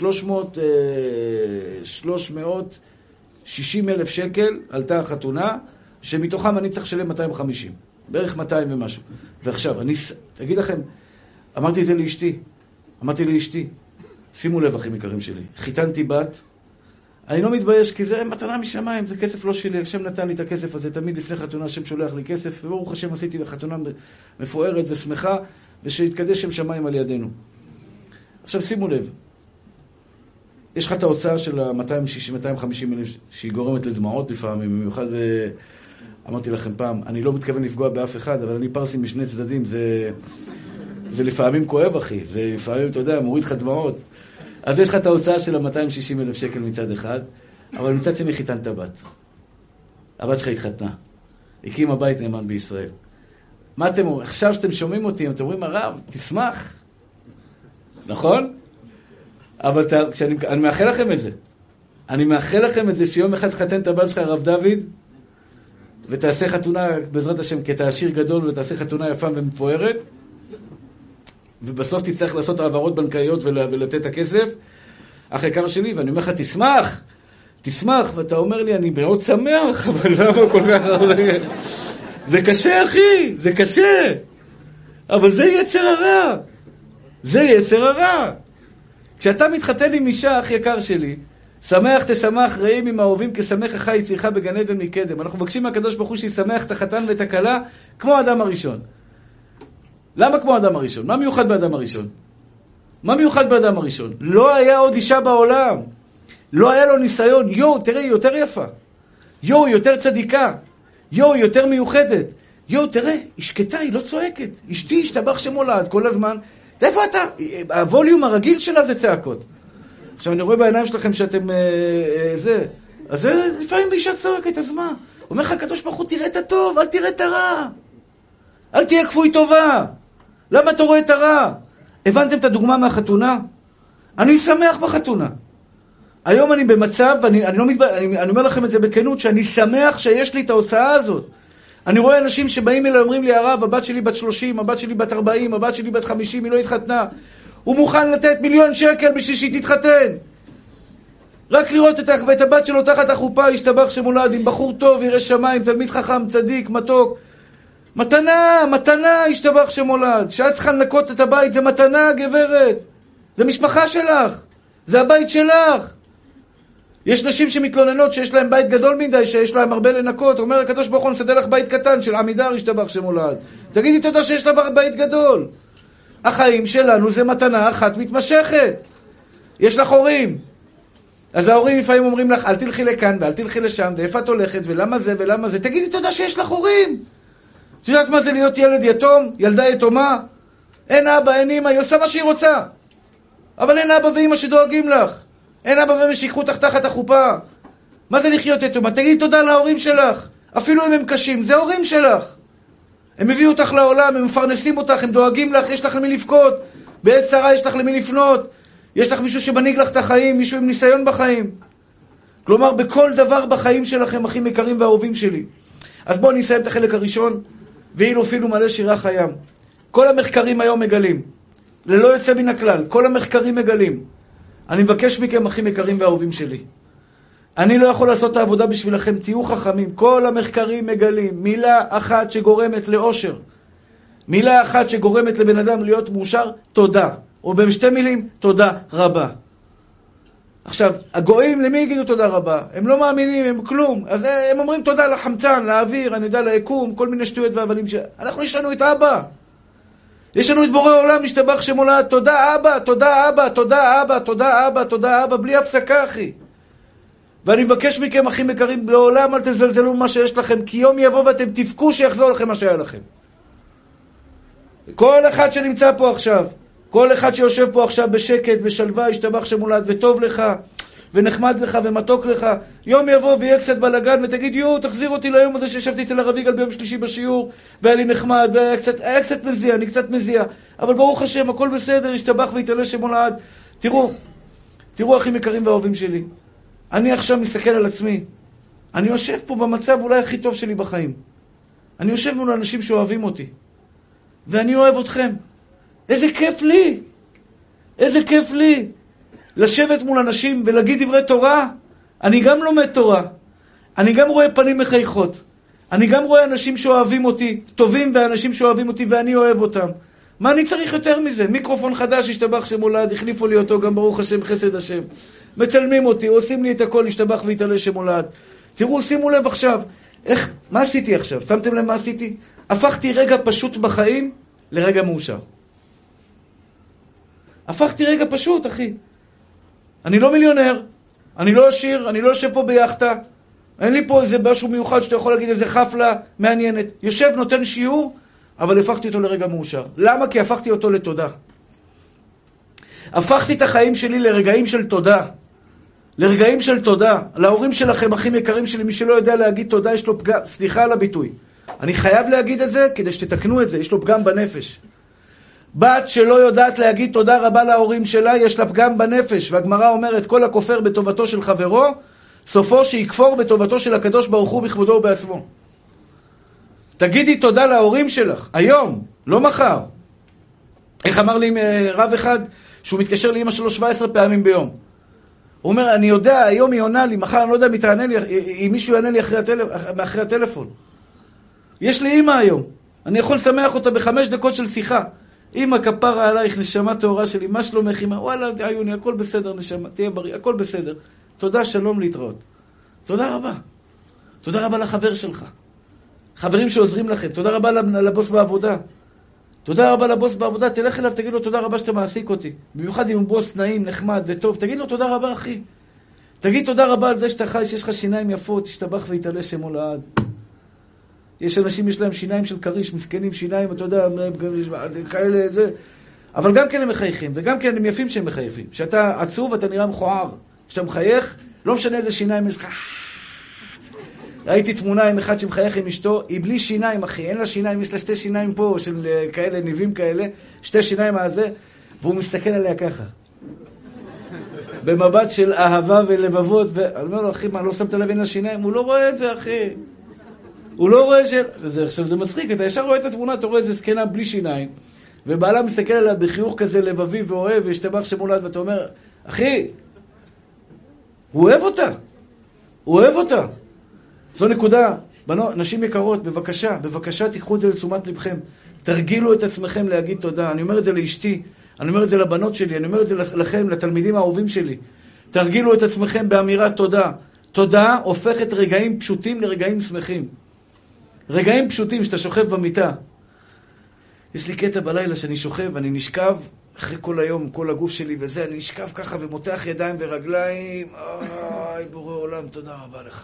360,000 שקל עלתה החתונה, שמתוכם אני צריך לשלם 250. בערך 200 ומשהו. ועכשיו, אני אגיד לכם, אמרתי את זה לאשתי, שימו לב, אחים יקרים שלי, חיתנתי בת, אני לא מתבייש, כי זה מתנה משמיים, זה כסף לא שלי, השם נתן לי את הכסף הזה, תמיד לפני חתונה השם שולח לי כסף, וברוך השם עשיתי לחתונה מפוארת ושמחה, ושהתקדש שם שמיים על ידינו. עכשיו שימו לב, יש לך את ההוצאה של ה-250 אלף, שהיא גורמת לדמעות לפעמים, במיוחד, אמרתי לכם פעם, אני לא מתכוון לפגוע באף אחד, אבל אני פרסי משני צדדים, זה לפעמים כואב, אחי, ולפעמים, אתה יודע, מוריד לך דמעות. אז יש לך את ההוצאה של ה-260,000 שקל מצד אחד, אבל מצד שני חיתנת בת. הבת שלך התחתנה. הקימה בית נאמן בישראל. מה אתם אומרים? עכשיו שאתם שומעים אותי, אתם אומרים, הרב, תשמח. נכון? אבל אני מאחל לכם את זה. אני מאחל לכם את זה שיום אחד תחתן את הבת שלך, הרב דוד, ותעשה חתונה, בעזרת השם, כי אתה עשיר גדול, ותעשה חתונה יפה ומפוארת, ובסוף תצטרך לעשות העברות בנקאיות ולתת את הכסף, אח יקר שלי, ואני אומר לך, תשמח, ואתה אומר לי, אני מאוד שמח, אבל למה כל כך הרבה? זה קשה, אחי, זה קשה. אבל זה יצר הרע. כשאתה מתחתן עם אישה, אח יקר שלי, שמח תשמח, רעים עם האהובים, כשמח אחי יצירך בגן עדן מקדם. אנחנו מבקשים מהקדוש ברוך הוא שישמח את החתן ואת הכלה, כמו האדם הראשון. למה כמו האדם הראשון? מה מיוחד באדם הראשון? לא היה עוד אישה בעולם. לא היה לו ניסיון. תראה, היא יותר יפה. היא יותר צדיקה. היא יותר מיוחדת. תראה, היא שקטה, היא לא צועקת. אשתי השתבח שמו לעד כל הזמן. איפה אתה? הווליום הרגיל שלה זה צעקות. עכשיו אני רואה בעיניים שלכם שאתם אז זה לפעמים באישה צועקת, אז מה? אומר לך הקדוש ברוך הוא, תראה את הטוב, אל תראה את הרע. אל תהיה כפוי טובה. למה אתה רואה את הרע? הבנתם את הדוגמה מהחתונה? אני שמח בחתונה. היום אני במצב, אני אומר לכם את זה בכנות, שאני שמח שיש לי את ההוצאה הזאת. אני רואה אנשים שבאים אליי, אומרים לי, הרב, הבת שלי בת 30, הבת שלי בת 40, הבת שלי בת 50, היא לא התחתנה. הוא מוכן לתת 1,000,000 שקל בשביל שהיא תתחתן. רק לראות את הבת שלו תחת החופה, ישתבח שמו לעד, עם בחור טוב, ירא שמיים, תלמיד חכם, צדיק, מתוק. מתנה, ישתבח שמו לעד. שאת צריכה לנקות את הבית, זה מתנה, גברת. זה משפחה שלך. זה הבית שלך. יש נשים שמתלוננות שיש להם בית גדול מדי, שיש להם הרבה לנקות. אומר הקדוש ברוך הוא, נסדר לך בית קטן של עמידר, ישתבח שמו לעד. תגידי תודה שיש לה בית גדול. החיים שלנו זה מתנה אחת מתמשכת. יש לך הורים. אז ההורים לפעמים אומרים לך, אל תלכי לכאן ואל תלכי לשם, ואיפה את הולכת, ולמה זה ולמה זה. תגידי תודה שיש לך הורים. את יודעת מה זה להיות ילד יתום, ילדה יתומה? אין אבא, אין אמא, היא עושה מה שהיא רוצה. אבל אין אבא ואמא שדואגים לך. אין אבא ואמא שיקחו אותך תחת החופה. מה זה לחיות יתומה? תגידי תודה להורים שלך. אפילו אם הם קשים, זה הורים שלך. הם הביאו אותך לעולם, הם מפרנסים אותך, הם דואגים לך, יש לך למי לבכות. בעת צרה יש לך למי לפנות. יש לך מישהו שמנהיג לך את החיים, מישהו עם ניסיון בחיים. כלומר, בכל דבר בחיים שלכם, אחים יקרים ואהובים שלי. אז בואו נסיים את החלק הראשון, ואילו אפילו מלא שירה חיים. כל המחקרים היום מגלים, ללא יוצא מן הכלל, כל המחקרים מגלים. אני מבקש מכם, אחים יקרים ואהובים שלי. אני לא יכול לעשות את העבודה בשבילכם, תהיו חכמים. כל המחקרים מגלים, מילה אחת שגורמת לאושר. מילה אחת שגורמת לבן אדם להיות מאושר, תודה. או בשתי מילים, תודה רבה. עכשיו, הגויים, למי יגידו תודה רבה? הם לא מאמינים, הם כלום. אז הם אומרים תודה לחמצן, לאוויר, אני יודע, ליקום, כל מיני שטויות והבלים. אנחנו יש לנו את אבא. יש לנו את בורא עולם, משתבח שמו לעד. תודה אבא, תודה אבא, תודה אבא, תודה אבא, תודה אבא, בלי הפסקה, אחי. ואני מבקש מכם, אחים יקרים, לעולם אל תזלזלו במה שיש לכם, כי יום יבוא ואתם תבכו שיחזור לכם מה שהיה לכם. כל אחד שנמצא פה עכשיו, כל אחד שיושב פה עכשיו בשקט, בשלווה, ישתבח שמו לעד, וטוב לך, ונחמד לך ומתוק לך. יום יבוא ויהיה קצת בלגן ותגיד, תחזיר אותי ליום הזה שישבתי אצל הרב יגאל ביום שלישי בשיעור, והיה לי נחמד, והיה קצת מזיע, אני קצת מזיע. אבל ברוך השם, הכל בסדר, ישתבח ויתעלה שמו לעד. תראו אחים יקרים ואהובים שלי. אני עכשיו מסתכל על עצמי. אני יושב פה במצב אולי הכי טוב שלי בחיים. אני יושב מול אנשים שאוהבים אותי. ואני אוהב אתכם. איזה כיף לי! איזה כיף לי! לשבת מול אנשים ולהגיד דברי תורה. אני גם לומד תורה. אני גם רואה פנים מחייכות. אני גם רואה אנשים שאוהבים אותי, טובים ואנשים שאוהבים אותי ואני אוהב אותם. מה אני צריך יותר מזה? מיקרופון חדש, השתבח שמו לעד, החליפו לי אותו גם ברוך השם, חסד השם. מצלמים אותי, עושים לי את הכל, השתבח ויתעלה שמו לעד. תראו, שימו לב עכשיו. מה עשיתי עכשיו? שמתם לב מה עשיתי? הפכתי רגע פשוט בחיים לרגע מאושר. הפכתי רגע פשוט, אחי. אני לא מיליונר, אני לא עשיר, אני לא יושב פה ביחטה. אין לי פה איזה משהו מיוחד שאתה יכול להגיד איזה חפלה מעניינת. יושב, נותן שיעור, אבל הפכתי אותו לרגע מאושר. למה? כי הפכתי אותו לתודה. הפכתי את החיים שלי לרגעים של תודה. לרגעים של תודה. להורים שלכם, אחים יקרים שלי, מי שלא יודע להגיד תודה, יש לו פגם, סליחה על הביטוי. אני חייב להגיד את זה כדי שתתקנו את זה, יש לו פגם בנפש. בת שלא יודעת להגיד תודה רבה להורים שלה, יש לה פגם בנפש. והגמרא אומרת, כל הכופר בטובתו של חברו, סופו שיקפור בטובתו של הקדוש ברוך הוא בכבודו ובעצמו. תגידי תודה להורים שלך, היום, לא מחר. איך אמר לי רב אחד, שהוא מתקשר לאמא שלו 17 פעמים ביום. הוא אומר, אני יודע, היום היא עונה לי, מחר אני לא יודע אם היא תענה לי, אם מישהו יענה לי אחרי הטלפון. יש לי אמא היום, אני יכול לשמח אותה ב5 דקות של שיחה. אמא כפרה עלייך, נשמה טהורה שלי, מה שלומך אמא? וואלה, עיוני, הכל בסדר נשמה, תהיה בריא, הכל בסדר. תודה, שלום, להתראות. תודה רבה. תודה רבה לחבר שלך. חברים שעוזרים לכם, תודה רבה לבוס בעבודה. תודה רבה לבוס בעבודה, תלך אליו, תגיד לו תודה רבה שאתה מעסיק אותי. במיוחד אם הוא בוס נעים, נחמד וטוב, תגיד לו תודה רבה אחי. תגיד תודה רבה על זה שאתה חי, שיש לך שיניים יפות, תשתבח ויתעלה שמו לעד. יש אנשים, יש להם שיניים של קריש, מסכנים שיניים, אתה יודע, כאלה, זה. אבל גם כן הם מחייכים, וגם כן הם יפים שהם מחייפים. כשאתה עצוב, אתה נראה מכוער. כשאתה מחייך, לא משנה איזה שיניים יש לך. ראיתי תמונה עם אחד שמחייך עם אשתו, היא בלי שיניים, אחי, אין לה שיניים, יש לה 2 שיניים פה, של כאלה, ניבים כאלה, 2 שיניים הזה, והוא מסתכל עליה ככה. במבט של אהבה ולבבות, ואני אומר לו, אחי, מה, לא שמת לב אין לה שיניים? הוא לא רואה את זה, אחי. הוא לא רואה עכשיו זה מצחיק, אתה ישר רואה את התמונה, אתה רואה איזה זקנה בלי שיניים, ובעלה מסתכל עליה בחיוך כזה לבבי ואוהב, וישתבח שמו לעד, ואתה אומר, אחי, הוא אוהב אותה. הוא אוהב אותה. זו נקודה. נשים יקרות, בבקשה תיקחו את זה לתשומת לבכם. תרגילו את עצמכם להגיד תודה. אני אומר את זה לאשתי, אני אומר את זה לבנות שלי, אני אומר את זה לכם, לתלמידים האהובים שלי. תרגילו את עצמכם באמירת תודה. תודה הופכת רגעים פשוטים לרגעים שמחים. רגעים פשוטים שאתה שוכב במיטה. יש לי קטע בלילה שאני שוכב, אני נשכב, אחרי כל היום, כל הגוף שלי וזה, אני נשכב ככה ומותח ידיים ורגליים. אוי, בורא עולם, תודה רבה לך.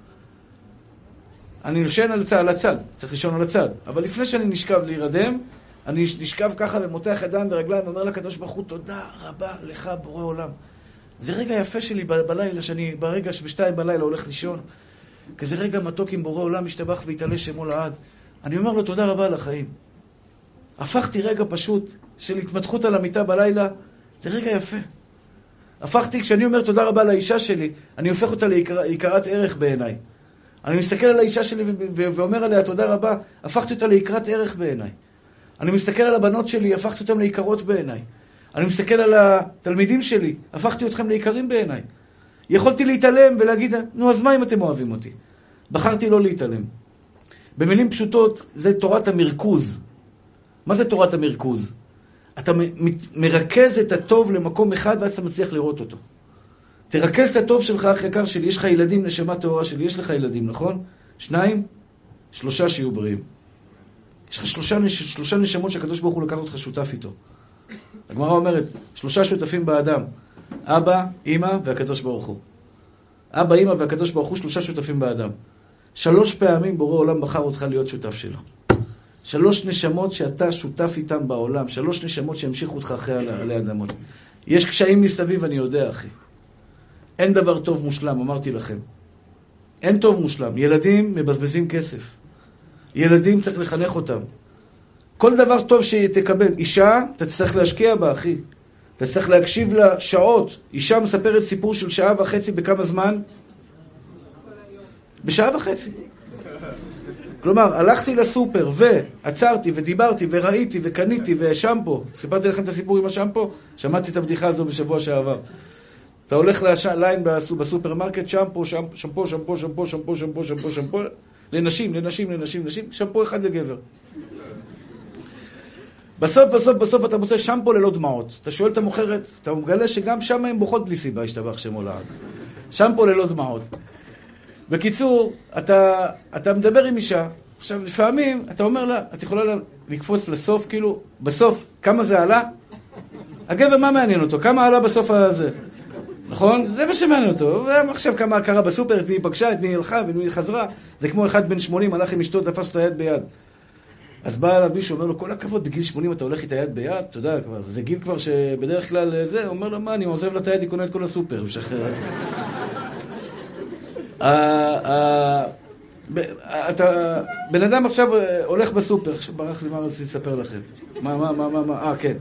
אני נשן על הצד, צריך לישון על הצד. אבל לפני שאני נשכב להירדם, אני נשכב ככה ומותח ידיים ורגליים ואומר לקדוש ברוך הוא, תודה רבה לך בורא עולם. זה רגע יפה שלי בלילה, שאני ברגע שב2 בלילה הולך לישון, כזה רגע מתוק עם בורא עולם, משתבח ויתעלה שמו לעד. אני אומר לו תודה רבה על החיים. הפכתי רגע פשוט של התמתחות על המיטה בלילה לרגע יפה. הפכתי, כשאני אומר תודה רבה לאישה שלי, אני הופך אותה ליקרת ערך בעיניי. אני מסתכל על האישה שלי ואומר עליה תודה רבה, הפכתי אותה ליקרת ערך בעיניי. אני מסתכל על הבנות שלי, הפכתי אותם ליקרות בעיניי. אני מסתכל על התלמידים שלי, הפכתי אתכם ליקרים בעיניי. יכולתי להתעלם ולהגיד, נו אז מה אם אתם אוהבים אותי? בחרתי לא להתעלם. במילים פשוטות, זה תורת המרכוז. מה זה תורת המרכוז? אתה מרכז את הטוב למקום אחד ואז אתה מצליח לראות אותו. תרכז את הטוב שלך, אחי יקר שלי, יש לך ילדים, נשמה טהורה שלי, יש לך ילדים, נכון? 2, 3 שיהיו בריאים. יש לך 3 נשמות שהקדוש ברוך הוא לקח אותך שותף איתו. הגמרא אומרת, 3 שותפים באדם, אבא, אמא והקדוש ברוך הוא. אבא, אמא והקדוש ברוך הוא 3 שותפים באדם. 3 פעמים בורא עולם בחר אותך להיות שותף שלו. 3 נשמות שאתה שותף איתם בעולם, 3 נשמות שהמשיכו אותך אחרי עלי אדמות. יש קשיים מסביב, אני יודע, אחי. אין דבר טוב מושלם, אמרתי לכם. אין טוב מושלם. ילדים מבזבזים כסף. ילדים צריך לחנך אותם. כל דבר טוב שתקבל. אישה, אתה צריך להשקיע בה, אחי. אתה צריך להקשיב לה שעות. אישה מספרת סיפור של 1.5 שעה בכמה זמן? בשעה וחצי. כלומר, הלכתי לסופר ועצרתי ודיברתי וראיתי וקניתי ושמפו. סיפרתי לכם את הסיפור עם השמפו? שמעתי את הבדיחה הזו בשבוע שעבר. אתה הולך ליין בסופרמרקט, שמפו, לנשים, שמפו אחד לגבר. בסוף אתה מוצא שמפו ללא דמעות. אתה שואל את המוכרת, אתה מגלה שגם שם הם בוכות בלי סיבה, השתבח שמו לעד. שמפו ללא דמעות. בקיצור, אתה מדבר עם אישה, עכשיו לפעמים אתה אומר לה, את יכולה לקפוץ לסוף, כאילו, בסוף, כמה זה עלה? הגבר מה מעניין אותו? כמה עלה בסוף הזה? נכון? זה מה שמעניין אותו. עכשיו כמה קרה בסופר, את מי היא פגשה, את מי היא הלכה, ואת מי היא חזרה. זה כמו אחד בן 80, הלך עם אשתו, תפס אותה יד ביד. אז בא אליו מישהו, אומר לו, כל הכבוד, בגיל 80 אתה הולך איתה יד ביד? אתה יודע, כבר, זה גיל כבר שבדרך כלל זה, אומר לו, מה, אני עוזב לה את היד, היא קונה את כל הסופר, משחרר. בן אדם עכשיו הולך בסופר, עכשיו ברח לי מה רציתי לספר לכם. כן.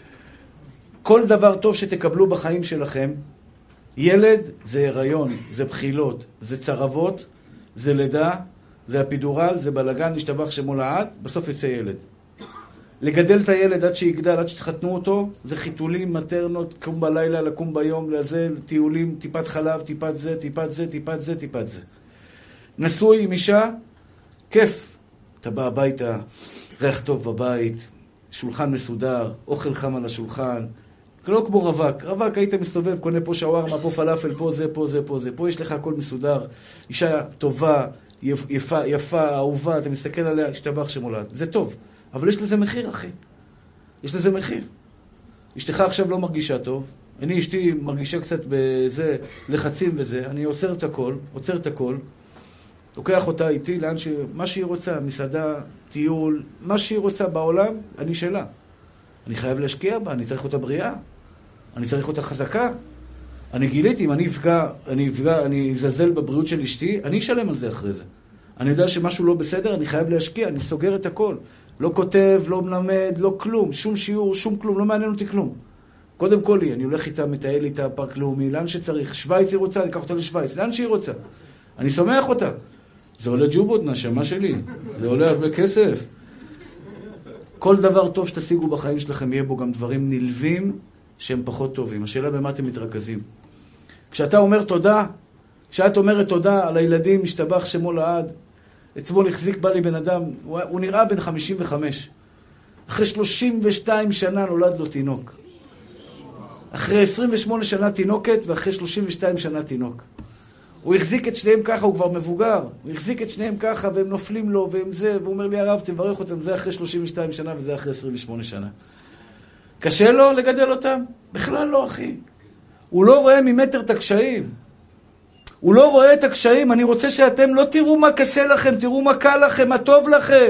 כל דבר טוב שתקבלו בחיים שלכם, ילד זה הריון, זה בחילות, זה צרבות, זה לידה, זה הפידורל, זה בלגן, נשתבח שמו לעד, בסוף יצא ילד. לגדל את הילד עד שיגדל, עד שתחתנו אותו, זה חיתולים, מטרנות, קום בלילה, לקום ביום, לזה, טיולים, טיפת חלב, טיפת זה, טיפת זה, טיפת זה, טיפת זה. נשוי עם אישה, כיף. אתה בא הביתה, ריח טוב בבית, שולחן מסודר, אוכל חם על השולחן, לא כמו רווק. רווק היית מסתובב, קונה פה שווארמה, פה פלאפל, פה זה, פה זה, פה זה. פה יש לך הכל מסודר. אישה טובה, יפה, אהובה, אתה מסתכל עליה, השתבח שמולד. זה טוב. אבל יש לזה מחיר, אחי. יש לזה מחיר. אשתך עכשיו לא מרגישה טוב. אני, אשתי מרגישה קצת בזה, לחצים וזה. אני עוצר את הכל. לוקח אותה איתי לאן מה שהיא רוצה, מסעדה, טיול, מה שהיא רוצה בעולם, אני שלה. אני חייב להשקיע בה, אני צריך אותה בריאה. אני צריך אותה חזקה. אני גיליתי, אם אני אזזל בבריאות של אשתי, אני אשלם על זה אחרי זה. אני יודע שמשהו לא בסדר, אני חייב להשקיע, אני סוגר את הכל. לא כותב, לא מלמד, לא כלום, שום שיעור, שום כלום, לא מעניין אותי כלום. קודם כל לי, אני הולך איתה, מטייל איתה, פארק לאומי, לאן שצריך. שוויץ היא רוצה, אני אקח אותה לשוויץ, לאן שהיא רוצה. אני שמח אותה. זה עולה ג'ובות, נשמה שלי. זה עולה הרבה כסף. כל דבר טוב שתשיגו בחיים שלכם, יהיה בו גם דברים נלווים שהם פחות טובים. השאלה במה אתם מתרכזים. כשאתה אומר תודה, כשאת אומרת תודה על הילדים, משתבח שמו לעד, אתמול החזיק בא לי בן אדם, הוא נראה בן 55. אחרי 32 שנה נולד לו תינוק. אחרי 28 שנה תינוקת, ואחרי 32 שנה תינוק. הוא החזיק את שניהם ככה, הוא כבר מבוגר. הוא החזיק את שניהם ככה, והם נופלים לו, והם זה, והוא אומר לי, הרב, תברך אותם, זה אחרי 32 שנה, וזה אחרי 28 שנה. קשה לו לגדל אותם? בכלל לא, אחי. הוא לא רואה ממטר את הקשיים. הוא לא רואה את הקשיים. אני רוצה שאתם לא תראו מה קשה לכם, תראו מה קל לכם, מה טוב לכם.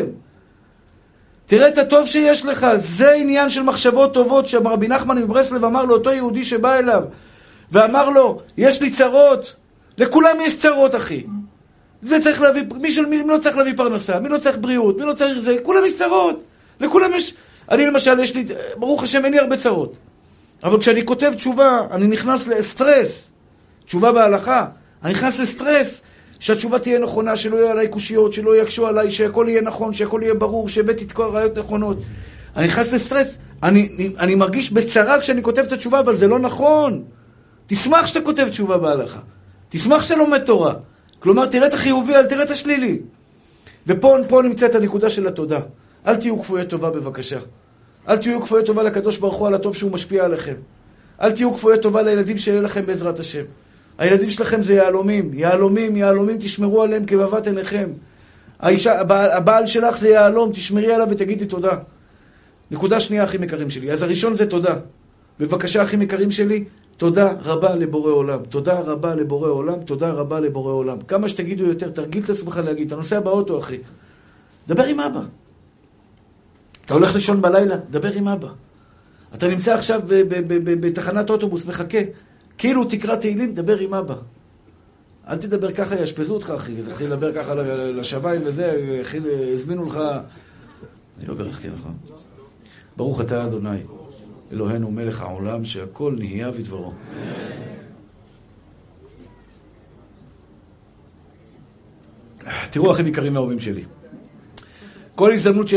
תראה את הטוב שיש לך. זה עניין של מחשבות טובות, שרבי נחמן מברסלב אמר לאותו יהודי שבא אליו, ואמר לו, יש לי צרות. לכולם יש צרות, אחי. זה צריך להביא, מי לא צריך להביא פרנסה, מי לא צריך בריאות, מי לא צריך זה, כולם יש צרות. לכולם יש, אני למשל, יש לי, ברוך השם, אין לי הרבה צרות. אבל כשאני כותב תשובה, אני נכנס לסטרס. תשובה בהלכה. אני נכנס לסטרס, שהתשובה תהיה נכונה, שלא יהיה עליי קושיות, שלא יקשו עליי, שהכל יהיה נכון, שהכל יהיה ברור, שהבאתי את כל הרעיות נכונות. אני נכנס לסטרס. אני מרגיש בצרה כשאני כותב את התשובה, אבל זה לא נכון. תשמח שאתה כותב תשובה בהלכה. תשמח שאתה לומד תורה. כלומר, תראה את החיובי, אל תראה את השלילי. ופה נמצא את הנקודה של התודה. אל תהיו כפויי טובה בבקשה. אל תהיו כפויי טובה לקדוש ברוך הוא על הטוב שהוא משפיע עליכם. אל תהיו כפויי טובה לילדים שיהיה לכם בעזרת השם. הילדים שלכם זה יהלומים. יהלומים, תשמרו עליהם כבבת עיניכם. הבעל שלך זה יהלום, תשמרי עליו ותגידי תודה. נקודה שנייה, אחים יקרים שלי. אז הראשון זה תודה. בבקשה, אחים יקרים שלי, תודה רבה לבורא עולם. תודה רבה לבורא עולם. תודה רבה לבורא עולם. כמה שתגידו יותר, תרגיל את עצמך להגיד. אתה נוסע באוטו, אחי. דבר עם אבא. אתה הולך לישון בלילה, דבר עם אבא. אתה נמצא עכשיו בתחנת אוטובוס, מחכה. כאילו תקרא תהילים, דבר עם אבא. אל תדבר ככה, ישפזו אותך, אחי. תתחיל לדבר ככה לשביים וזה, הזמינו לך... אני לא ברכתי לך. ברוך אתה אדוני, אלוהינו מלך העולם, שהכל נהיה ודברו. תראו, אחים יקרים ואהובים שלי. כל הזדמנות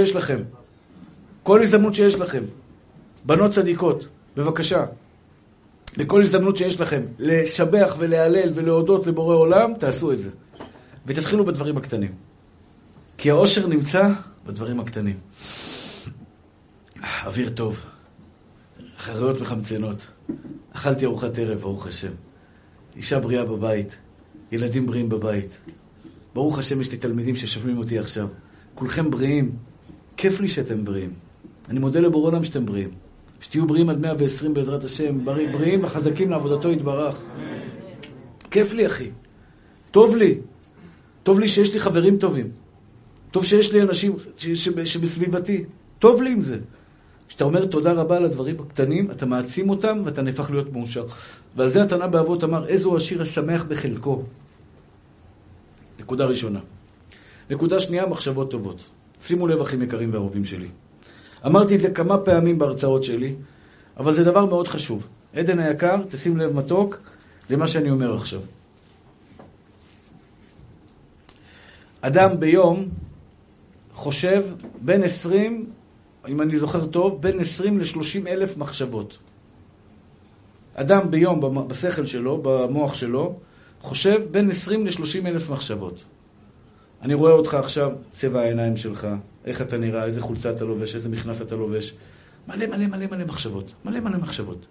שיש לכם, בנות צדיקות, בבקשה, בכל הזדמנות שיש לכם, לשבח ולהלל ולהודות לבורא עולם, תעשו את זה. ותתחילו בדברים הקטנים. כי האושר נמצא בדברים הקטנים. אוויר טוב, חריות מחמצנות, אכלתי ארוחת ערב, ברוך השם. אישה בריאה בבית, ילדים בריאים בבית. ברוך השם, יש לי תלמידים ששומעים אותי עכשיו. כולכם בריאים, כיף לי שאתם בריאים. אני מודה לבורא עולם שאתם בריאים. שתהיו בריאים עד 120 בעזרת השם, בריאים וחזקים לעבודתו יתברך. כיף לי, אחי. טוב לי שיש לי חברים טובים. טוב שיש לי אנשים שבסביבתי. טוב לי עם זה. כשאתה אומר תודה רבה על הדברים הקטנים, אתה מעצים אותם ואתה נהפך להיות מאושר. ועל זה התנא באבות אמר, איזו השיר השמח בחלקו. נקודה ראשונה. נקודה שנייה, מחשבות טובות. שימו לב, אחים יקרים ואהובים שלי. אמרתי את זה כמה פעמים בהרצאות שלי, אבל זה דבר מאוד חשוב. עדן היקר, תשים לב מתוק למה שאני אומר עכשיו. אדם ביום חושב בין 20, אם אני זוכר טוב, בין 20 ל-30 אלף מחשבות. אדם ביום בשכל שלו, במוח שלו, חושב בין 20 ל-30 אלף מחשבות. אני רואה אותך עכשיו, צבע העיניים שלך, איך אתה נראה, איזה חולצה אתה לובש, איזה מכנס אתה לובש. מלא מחשבות. מלא מחשבות.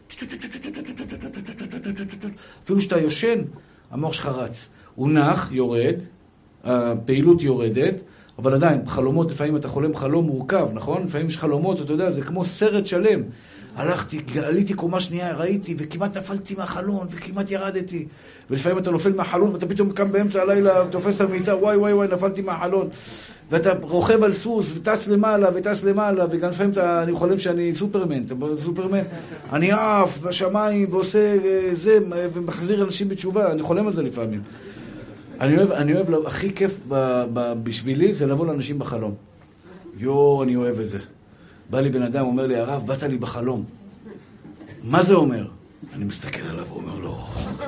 אפילו שאתה יושן, המוח שלך רץ. הוא נח, יורד, הפעילות יורדת, אבל עדיין, חלומות, לפעמים אתה חולם חלום מורכב, נכון? לפעמים יש חלומות, אתה יודע, זה כמו סרט שלם. עליתי קומה שנייה, ראיתי, וכמעט נפלתי מהחלון, וכמעט ירדתי. ולפעמים אתה נופל מהחלון, ואתה פתאום קם באמצע הלילה, תופס המיטה, וואי, נפלתי מהחלון. ואתה רוכב על סוס, וטס למעלה, וגם לפעמים אני חולם שאני סופרמן, אני עף בשמיים, ועושה זה, ומחזיר אנשים בתשובה, אני חולם על זה לפעמים. אני אוהב, הכי כיף בשבילי, זה לבוא לאנשים בחלום. אני אוהב את זה. בא לי בן אדם, אומר לי, הרב, באת לי בחלום. מה זה אומר? אני מסתכל עליו, הוא אומר לו.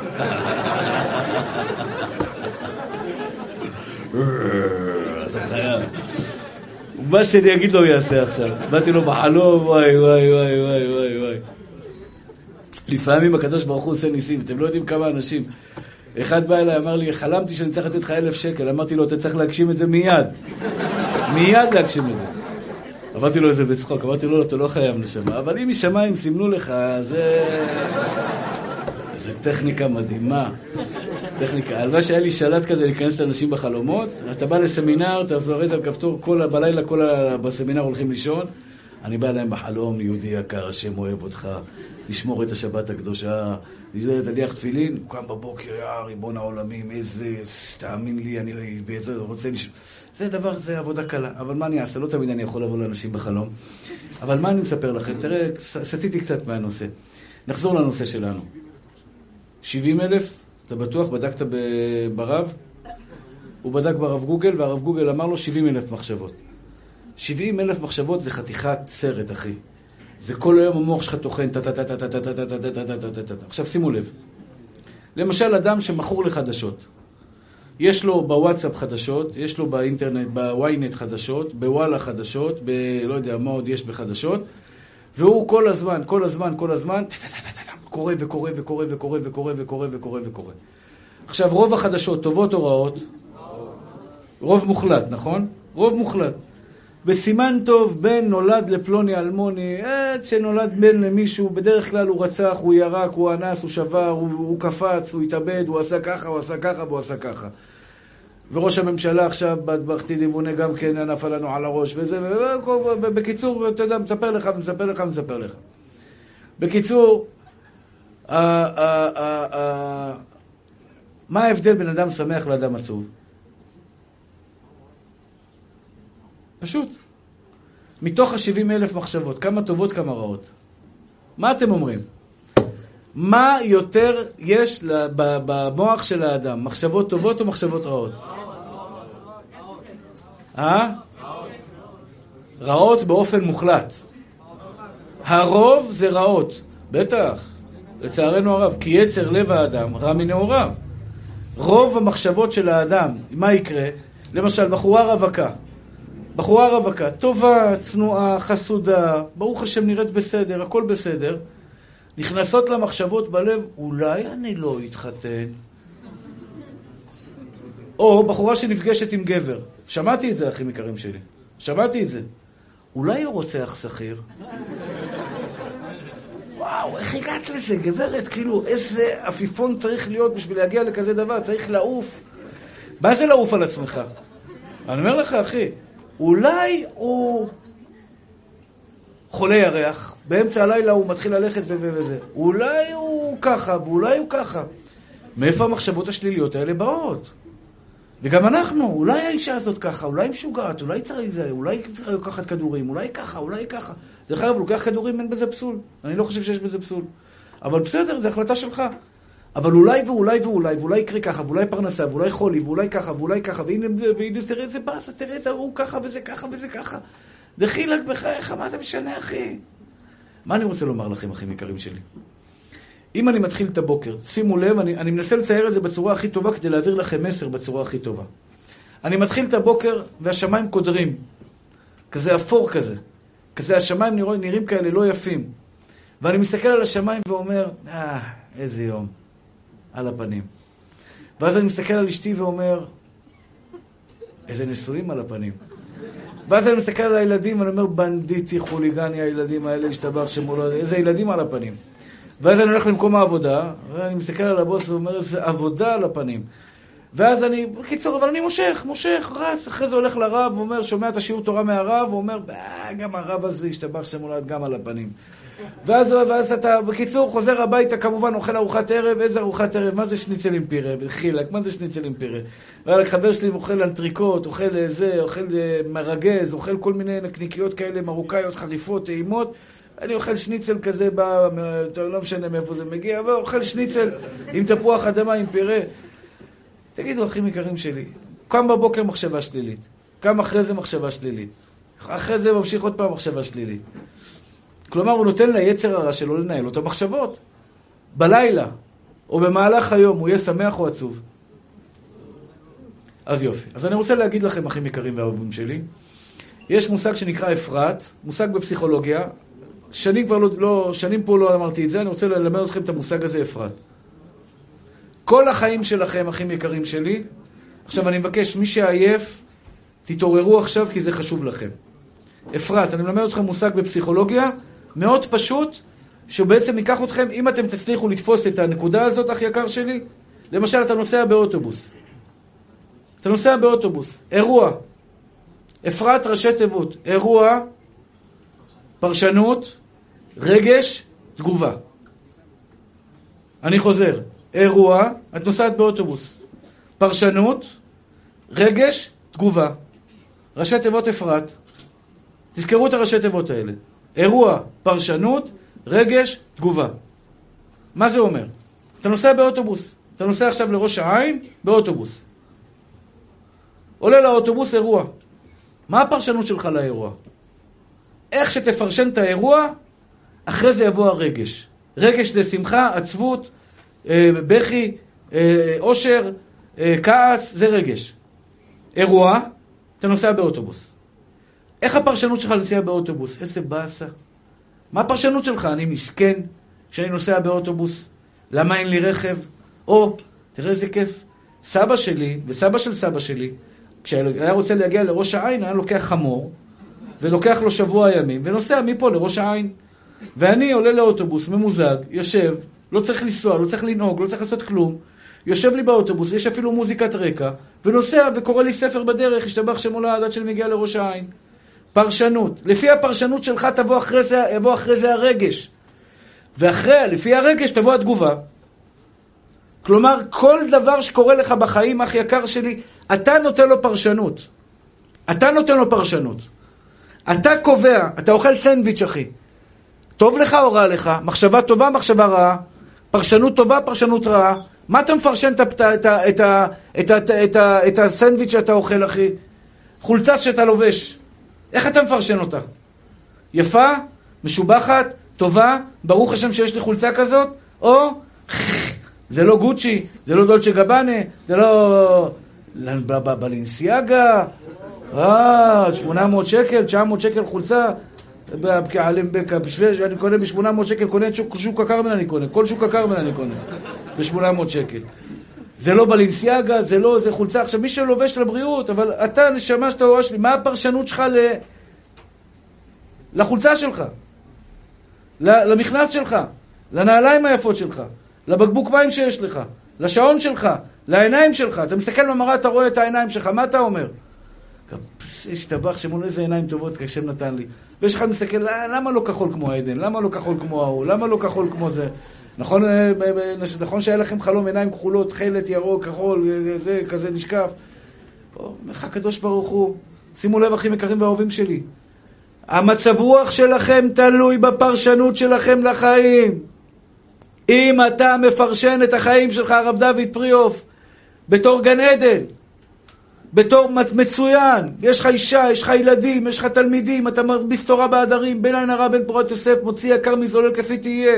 אתה חייב. מה שאני אגיד לו הוא יעשה עכשיו. באתי לו בחלום, וואי. לפעמים הקדוש ברוך הוא עושה ניסים, אתם לא יודעים כמה אנשים. אחד בא אליי, אמר לי, חלמתי שאני צריך לתת לך 1,000 שקל. אמרתי לו, אתה צריך להגשים את זה מיד. מיד להגשים את זה. אמרתי לו איזה בצחוק, אמרתי לו, אתה לא חייב לשמה. אבל אם משמיים סימנו לך, זה טכניקה מדהימה. טכניקה. על מה שהיה לי שלט כזה להיכנס לאנשים בחלומות, אתה בא לסמינר, אתה זורק על כפתור, בלילה בסמינר הולכים לישון, אני בא להם בחלום, יהודי יקר, השם אוהב אותך, לשמור את השבת הקדושה, תניח תפילין, הוא קם בבוקר, ריבון העולמים, איזה, תאמין לי, אני רוצה לשמור. זה דבר, זה עבודה קלה. אבל מה אני אעשה? לא תמיד אני יכול לבוא לאנשים בחלום. אבל מה אני מספר לכם? תראה, סטיתי קצת מהנושא. נחזור לנושא שלנו. 70,000, אתה בטוח? בדקת ברב? הוא בדק ברב גוגל, והרב גוגל אמר לו 70,000 מחשבות. 70,000 מחשבות זה חתיכת סרט, אחי. זה כל היום המוח שלך טוחן, עכשיו שימו לב. למשל, אדם שמכור לחדשות. יש לו בוואטסאפ חדשות, יש לו באינטרנט, בוויינט חדשות, בוואלה חדשות, לא יודע מה עוד יש בחדשות, והוא כל הזמן, קורא. עכשיו, רוב החדשות, טובות או רעות? רוב מוחלט, נכון? רוב מוחלט. בסימן טוב, בן נולד לפלוני אלמוני, שנולד בן למישהו, בדרך כלל הוא רצח, הוא ירק, הוא אנס, הוא שבר, הוא קפץ, הוא התאבד, הוא עשה ככה, והוא עשה ככה. וראש הממשלה עכשיו, בדבחתי דימונה גם כן, נפל לנו על הראש, וזה, בקיצור, אתה יודע, מספר לך. בקיצור, מה ההבדל בין אדם שמח לאדם עצוב? פשוט. מתוך 70,000 מחשבות, כמה טובות, כמה רעות. מה אתם אומרים? מה יותר יש במוח של האדם? מחשבות טובות או מחשבות רעות? רעות באופן מוחלט. הרוב זה רעות. בטח. לצערנו הרב. כי יצר לב האדם רע מנעוריו. רוב המחשבות של האדם, מה יקרה? למשל, בחורה רווקה, טובה, צנועה, חסודה, ברוך השם נראית בסדר, הכל בסדר. נכנסות למחשבות בלב, אולי אני לא אתחתן. או בחורה שנפגשת עם גבר. שמעתי את זה, אחים יקרים שלי. שמעתי את זה. אולי הוא רוצח שכיר? וואו, איך הגעת לזה, גברת? כאילו, איזה עפיפון צריך להיות בשביל להגיע לכזה דבר? צריך לעוף. מה זה לעוף על עצמך? אני אומר לך, אחי, אולי הוא חולה ירח, באמצע הלילה הוא מתחיל ללכת וזה. אולי הוא ככה, ואולי הוא ככה. מאיפה המחשבות השליליות האלה באות? וגם אנחנו, אולי האישה הזאת ככה, אולי משוגעת, אולי צריך זה, אולי צריך לקחת כדורים, אולי ככה, אולי ככה. דרך אגב, לוקח כדורים, אין בזה פסול. אני לא חושב שיש בזה פסול. אבל בסדר, זו החלטה שלך. אבל אולי ואולי ואולי, ואולי יקרה ככה, ואולי פרנסה, ואולי חולי, ואולי ככה, ואולי ככה, והנה תראה איזה באסה, תראה את הוא ככה, וזה ככה, וזה ככה. דחילק בחייך, מה זה משנה, אחי? מה אני רוצה לומר לכם, אחים יקרים שלי? אם אני מתחיל את הבוקר, שימו לב, אני מנסה לצייר את זה בצורה הכי טובה, כדי להעביר לכם מסר בצורה הכי טובה. אני מתחיל את הבוקר, והשמיים קודרים. כזה אפור כזה. כזה השמיים נראים כאלה לא יפים. ואני מסתכל על השמיים ואומר, איזה יום. על הפנים. ואז אני מסתכל על אשתי ואומר, איזה נשואים על הפנים. ואז אני מסתכל על הילדים ואני אומר, בנדיטי, חוליגני, הילדים האלה השתבח שמולו, איזה ילדים על הפנים. ואז אני הולך למקום העבודה, ואני מסתכל על הבוס ואומר, איזה עבודה על הפנים. ואז אני, בקיצור, אבל אני מושך, רץ. אחרי זה הולך לרב ואומר, שומע את השיעור תורה מהרב, ואומר, גם הרב הזה השתבח שמולד גם על הפנים. ואז אתה, בקיצור, חוזר הביתה, כמובן, אוכל ארוחת ערב. איזה ארוחת ערב? מה זה שניצל עם פירה? חילק, מה זה שניצל עם פירה? ואז חבר שלי אוכל אנטריקוט, אוכל זה, אוכל מרגז, אוכל כל מיני נקניקיות כאלה, מרוקאיות, חריפות, טעימות. אני אוכל שניצל כזה, לא משנה מאיפה זה מגיע, ואוכל שניצל עם תפוח אדמה, עם פירה. תגידו, אחים יקרים שלי, קם בבוקר מחשבה שלילית, קם אחרי זה מחשבה שלילית, אחרי זה ממשיך עוד פעם מחשבה שלילית. כלומר, הוא נותן ליצר הרע שלו לנהל אותו מחשבות. בלילה, או במהלך היום, הוא יהיה שמח או עצוב. אז יופי. אז אני רוצה להגיד לכם, אחים יקרים ואהובים שלי, יש מושג שנקרא אפרת, מושג בפסיכולוגיה, שנים פה לא אמרתי את זה, אני רוצה ללמד אתכם את המושג הזה, אפרת. כל החיים שלכם, אחים יקרים שלי, עכשיו אני מבקש, מי שעייף, תתעוררו עכשיו כי זה חשוב לכם. אפרת, אני מלמד אתכם מושג בפסיכולוגיה, מאוד פשוט, שבעצם ייקח אתכם, אם אתם תצליחו לתפוס את הנקודה הזאת, אח יקר שלי, למשל אתה נוסע באוטובוס. אירוע. אפרת ראשי תיבות. אירוע, פרשנות, רגש, תגובה. אני חוזר. אירוע, את נוסעת באוטובוס. פרשנות, רגש, תגובה. ראשי תיבות אפרת. תזכרו את הראשי תיבות האלה. אירוע, פרשנות, רגש, תגובה. מה זה אומר? אתה נוסע באוטובוס. אתה נוסע עכשיו לראש העין באוטובוס. עולה לאוטובוס אירוע. מה הפרשנות שלך לאירוע? איך שתפרשן את האירוע, אחרי זה יבוא הרגש. רגש זה שמחה, עצבות, בכי, אושר, כעס, זה רגש. אירוע, אתה נוסע באוטובוס. איך הפרשנות שלך לנסיעה באוטובוס? איזה באסה. מה הפרשנות שלך? אני מסכן שאני נוסע באוטובוס. למה אין לי רכב? או, תראה איזה כיף. סבא שלי וסבא של סבא שלי, כשהיה רוצה להגיע לראש העין, היה לוקח חמור, ולוקח לו שבוע ימים, ונוסע מפה לראש העין. ואני עולה לאוטובוס, ממוזג, יושב, לא צריך לנסוע, לא צריך לנהוג, לא צריך לעשות כלום. יושב לי באוטובוס, יש אפילו מוזיקת רקע, ונוסע וקורא לי ספר בדרך, השתבח שמולד עד שאני מגיע לראש העין. פרשנות. לפי הפרשנות שלך יבוא אחרי זה הרגש. לפי הרגש תבוא התגובה. כלומר, כל דבר שקורה לך בחיים, אח יקר שלי, אתה נותן לו פרשנות. אתה קובע, אתה אוכל סנדוויץ' אחי. טוב לך או רע לך? מחשבה טובה, מחשבה רעה. פרשנות טובה, פרשנות רעה. מה אתה מפרשן את הסנדוויץ' שאתה אוכל, אחי? חולצה שאתה לובש. איך אתה מפרשן אותה? יפה, משובחת, טובה, ברוך השם שיש לי חולצה כזאת, או זה לא גוצ'י, זה לא דולצ'ה גבאנה, זה לא בלנסיאגה, 800 שקל, 900 שקל חולצה, אני קונה ב-800 שקל, קונה את שוק הקרמן אני קונה, כל שוק הקרמן אני קונה, ב-800 שקל. זה לא בלנסיאגה, זה לא, זה חולצה. עכשיו מי שלובש לבריאות, אבל אתה נשמה שאתה רואה שלי, מה הפרשנות שלך לחולצה שלך? למכנס שלך, לנעליים היפות שלך, לבקבוק מים שיש לך, לשעון שלך, לעיניים שלך. אתה מסתכל במראה, אתה רואה את העיניים שלך, מה אתה אומר? השתבח שמונה איזה עיניים טובות כשם נתן לי. ויש אחד מסתכל, למה לא כחול כמו העדן? למה לא כחול כמו ההוא? למה לא כחול כמו זה? נכון שהיה לכם חלום עיניים כחולות, חלת, ירוק, כחול, זה כזה נשקף. מלך הקדוש ברוך הוא, שימו לב אחים יקרים ואהובים שלי, המצב רוח שלכם תלוי בפרשנות שלכם לחיים. אם אתה מפרשן את החיים שלך, הרב דוד פריאוף, בתור גן עדן, בתור מצוין, יש לך אישה, יש לך ילדים, יש לך תלמידים, אתה מרביץ תורה בעדרים, בין עין הרע בין פורת יוסף, מוציא יקר מזולל כפי תהיה.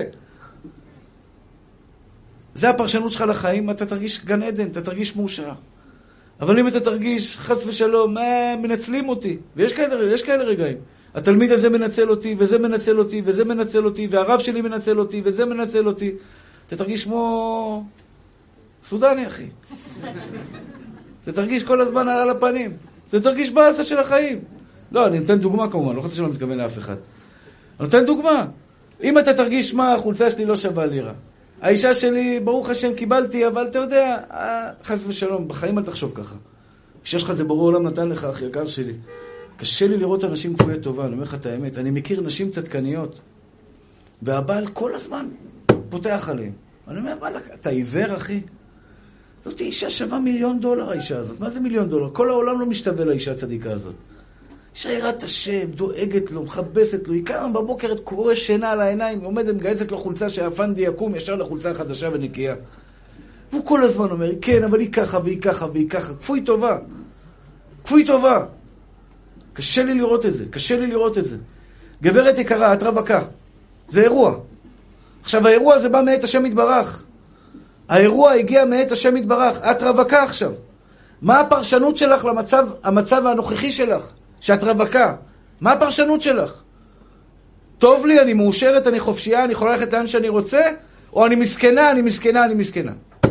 זה הפרשנות שלך לחיים, אתה תרגיש גן עדן, אתה תרגיש מאושר. אבל אם אתה תרגיש חס ושלום, מנצלים אותי, ויש כאלה רגעים. התלמיד הזה מנצל אותי, וזה מנצל אותי, וזה מנצל אותי, והרב שלי מנצל אותי, וזה מנצל אותי. אתה תרגיש כמו סודני, אחי. אתה תרגיש כל הזמן על הפנים. אתה תרגיש באסה של החיים. לא, אני נותן דוגמה כמובן, לא חושב שלא מתכוון לאף אחד. אני נותן דוגמה. אם אתה תרגיש מה, החולצה שלי לא שווה לירה. האישה שלי, ברוך השם, קיבלתי, אבל אתה יודע, חס ושלום, בחיים אל תחשוב ככה. כשיש לך זה בורא עולם נתן לך, אחי יקר שלי. קשה לי לראות אנשים כפויי טובה, אני אומר לך את האמת. אני מכיר נשים צדקניות, והבעל כל הזמן פותח עליהם. אני אומר, אתה עיוור, אחי? זאת אישה שווה $1,000,000, האישה הזאת. מה זה $1,000,000? כל העולם לא משתווה לאישה הצדיקה הזאת. אישה יראת השם, דואגת לו, מחבסת לו, היא קמה בבוקר את קורא שינה על העיניים, היא עומדת, מגייצת לו חולצה שהפנדי יקום ישר לחולצה חדשה ונקייה. והוא כל הזמן אומר, כן, אבל היא ככה והיא ככה והיא ככה. כפוי טובה. כפוי טובה. קשה לי לראות את זה, קשה לי לראות את זה. גברת יקרה, את רווקה. זה אירוע. עכשיו, האירוע הזה בא מאת השם יתברך. האירוע הגיע מאת השם יתברך. את רווקה עכשיו. מה הפרשנות שלך המצב הנוכחי שלך? שאת רווקה. מה הפרשנות שלך? טוב לי, אני מאושרת, אני חופשייה, אני יכולה ללכת לאן שאני רוצה, או אני מסכנה, אני מסכנה, אני מסכנה.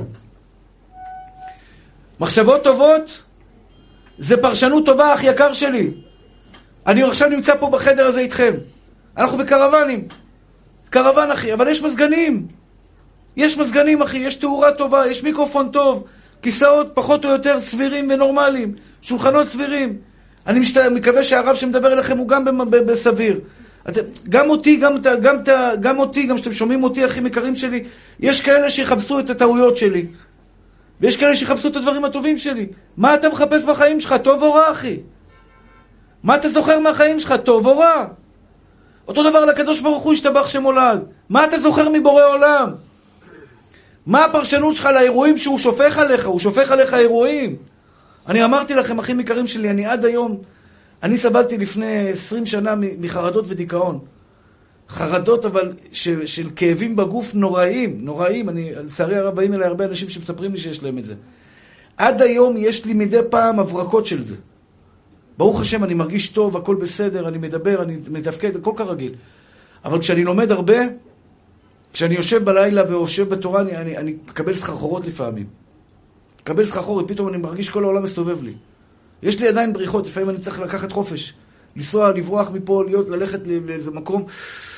מחשבות טובות זה פרשנות טובה, אח יקר שלי. אני עכשיו נמצא פה בחדר הזה איתכם. אנחנו בקרוונים. קרוון, אחי, אבל יש מזגנים. יש מזגנים, אחי, יש תאורה טובה, יש מיקרופון טוב, כיסאות פחות או יותר סבירים ונורמליים, שולחנות סבירים. אני מקווה שהרב שמדבר אליכם הוא גם בסביר. גם אותי, גם שאתם שומעים אותי, אחים יקרים שלי, יש כאלה שיחפשו את הטעויות שלי. ויש כאלה שיחפשו את הדברים הטובים שלי. מה אתה מחפש בחיים שלך? טוב או רע, אחי? מה אתה זוכר מהחיים שלך? טוב או רע? אותו דבר לקדוש ברוך הוא השתבח שמולד. מה אתה זוכר מבורא עולם? מה הפרשנות שלך לאירועים שהוא שופך עליך? הוא שופך עליך אירועים. אני אמרתי לכם, אחים יקרים שלי, אני עד היום, אני סבלתי לפני 20 שנה מחרדות ודיכאון. חרדות אבל של כאבים בגוף נוראים, נוראים. לצערי הרב באים אליי הרבה אנשים שמספרים לי שיש להם את זה. עד היום יש לי מדי פעם הברקות של זה. ברוך השם, אני מרגיש טוב, הכל בסדר, אני מדבר, אני מתפקד, הכל כרגיל. אבל כשאני לומד הרבה, כשאני יושב בלילה ויושב בתורה, אני מקבל סחרחורות לפעמים. מקבל סחרחורת, פתאום אני מרגיש כל העולם מסתובב לי. יש לי עדיין בריחות, לפעמים אני צריך לקחת חופש. לנסוע, לברוח מפה, ללכת לאיזה מקום.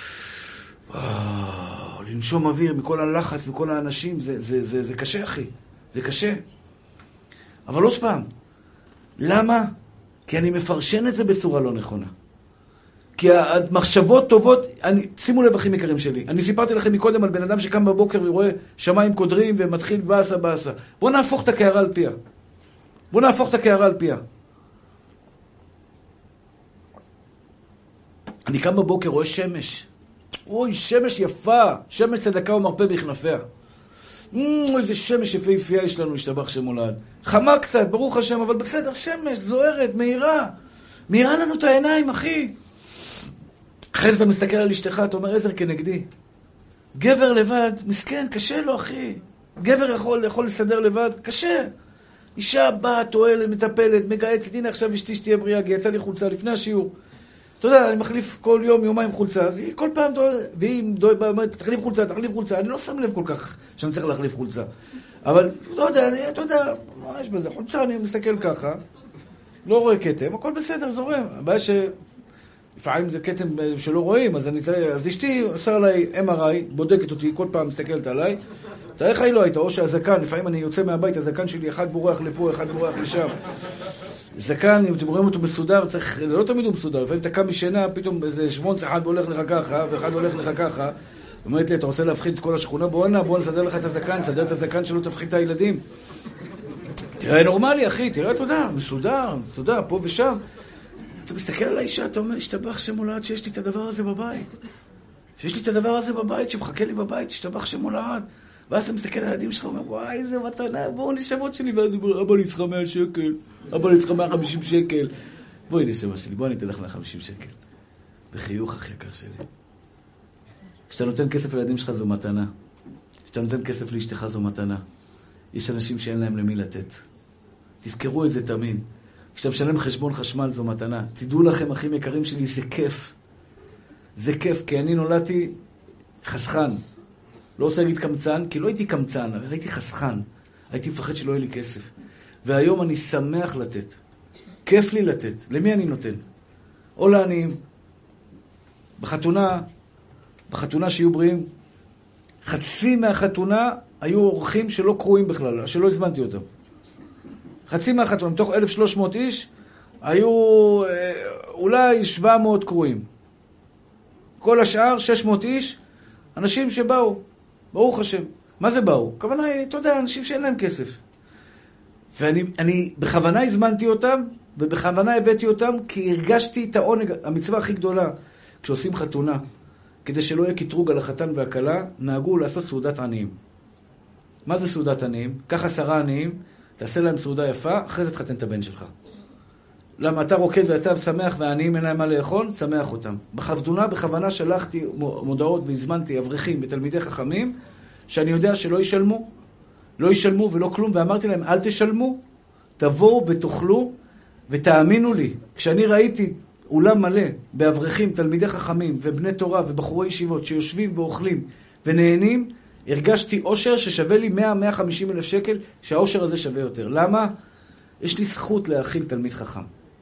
לנשום אוויר מכל הלחץ, מכל האנשים, זה קשה, אחי. זה קשה. אבל עוד פעם, למה? כי אני מפרשן את זה בצורה לא נכונה. כי המחשבות טובות, שימו לב אחים יקרים שלי, אני סיפרתי לכם מקודם על בן אדם שקם בבוקר ורואה שמיים קודרים ומתחיל באסה. בואו נהפוך את הקערה על פיה. בואו נהפוך את הקערה על פיה. אני קם בבוקר, רואה שמש. אוי, שמש יפה. שמש צדקה ומרפא בכנפיה. איזה שמש יפהפייה יש לנו, השתבח שם הולד. חמה קצת, ברוך השם, אבל בסדר, שמש, זוהרת, מהירה. מהירה לנו את העיניים, אחי. אחרי זה אתה מסתכל על אשתך, אתה אומר, עזר כנגדי. גבר לבד, מסכן, קשה לו, אחי. גבר יכול לסדר לבד, קשה. אישה באה, תועלת, מטפלת, מגעצת, הנה עכשיו אשתי שתהיה בריאה, יצא לי חולצה לפני השיעור. אתה יודע, אני מחליף כל יום, יומיים חולצה, אז היא כל פעם והיא אומרת, תחליף חולצה, אני לא שם לב כל כך שאני צריך להחליף חולצה. אבל, לא יודע, אתה יודע, מה יש בזה? חולצה, אני מסתכל ככה, לא רואה כתם, הכל בסדר, זורם. הבעיה לפעמים זה כתם שלא רואים, אז אשתי עושה עליי MRI, בודקת אותי, כל פעם מסתכלת עליי, תראה איך היא לא הייתה, או שהזקן, לפעמים אני יוצא מהבית, הזקן שלי אחד בורח לפה, אחד בורח לשם. זקן, אם אתם רואים אותו מסודר, זה לא תמיד הוא מסודר, לפעמים אתה קם משינה, פתאום איזה שבונץ אחד הולך לך ככה, ואחד הולך לך ככה, אומרת לי, אתה רוצה להפחיד את כל השכונה? בוא נסדר לך את הזקן, תסדר את הזקן שלו, תפחיד את הילדים. תראה נורמלי, אחי, תראה, אתה יודע, מסודר, פה ושם. אתה מסתכל על האישה, אתה אומר, השתבח שם הולד שיש לי את הדבר הזה בבית. שמחכה לי בבית, השתבח שם הולד. ואז אתה מסתכל על הילדים שלך, אומר, וואי, איזה מתנה, בואו נשמות שלי, ואז הוא אומר, אבא לי צריכה 100 שקל, אבא לי צריכה 150 שקל. בואי נשמה שלי, בואי ניתן לך 150 שקל. בחיוך הכי יקר שלי. כשאתה נותן כסף לילדים שלך זו מתנה. כשאתה נותן כסף לאשתך זו מתנה. יש אנשים שאין להם למי לתת. תזכרו את זה תמיד. כשאתה משלם חשבון חשמל זו מתנה. תדעו לכם, אחים יקרים שלי, זה כיף. זה כיף, כי אני נולדתי חסכן. לא רוצה להגיד קמצן, כי לא הייתי קמצן, אבל הייתי חסכן. הייתי מפחד שלא יהיה לי כסף. והיום אני שמח לתת. כיף לי לתת. למי אני נותן? או לעניים. בחתונה שיהיו בריאים, חצי מהחתונה היו אורחים שלא קרואים בכלל, שלא הזמנתי אותם. חצי מהחתונה, מתוך 1,300 איש, היו אולי 700 קרואים. כל השאר, 600 איש, אנשים שבאו, ברוך השם. מה זה באו? הכוונה היא, אתה יודע, אנשים שאין להם כסף. ואני בכוונה הזמנתי אותם, ובכוונה הבאתי אותם, כי הרגשתי את העונג, המצווה הכי גדולה, כשעושים חתונה, כדי שלא יהיה קטרוג על החתן והכלה, נהגו לעשות סעודת עניים. מה זה סעודת עניים? קח 10 עניים, תעשה להם סעודה יפה, אחרי זה תחתן את הבן שלך. למה אתה רוקד ואתה שמח והעניים אין להם מה לאכול, שמח אותם. בכוונה שלחתי מודעות והזמנתי אברכים ותלמידי חכמים, שאני יודע שלא ישלמו, לא ישלמו ולא כלום, ואמרתי להם, אל תשלמו, תבואו ותאכלו, ותאמינו לי, כשאני ראיתי אולם מלא באברכים, תלמידי חכמים ובני תורה ובחורי ישיבות שיושבים ואוכלים ונהנים, הרגשתי אושר ששווה לי 100-150 אלף שקל, שהאושר הזה שווה יותר. למה? יש לי זכות להאכיל תלמיד חכם.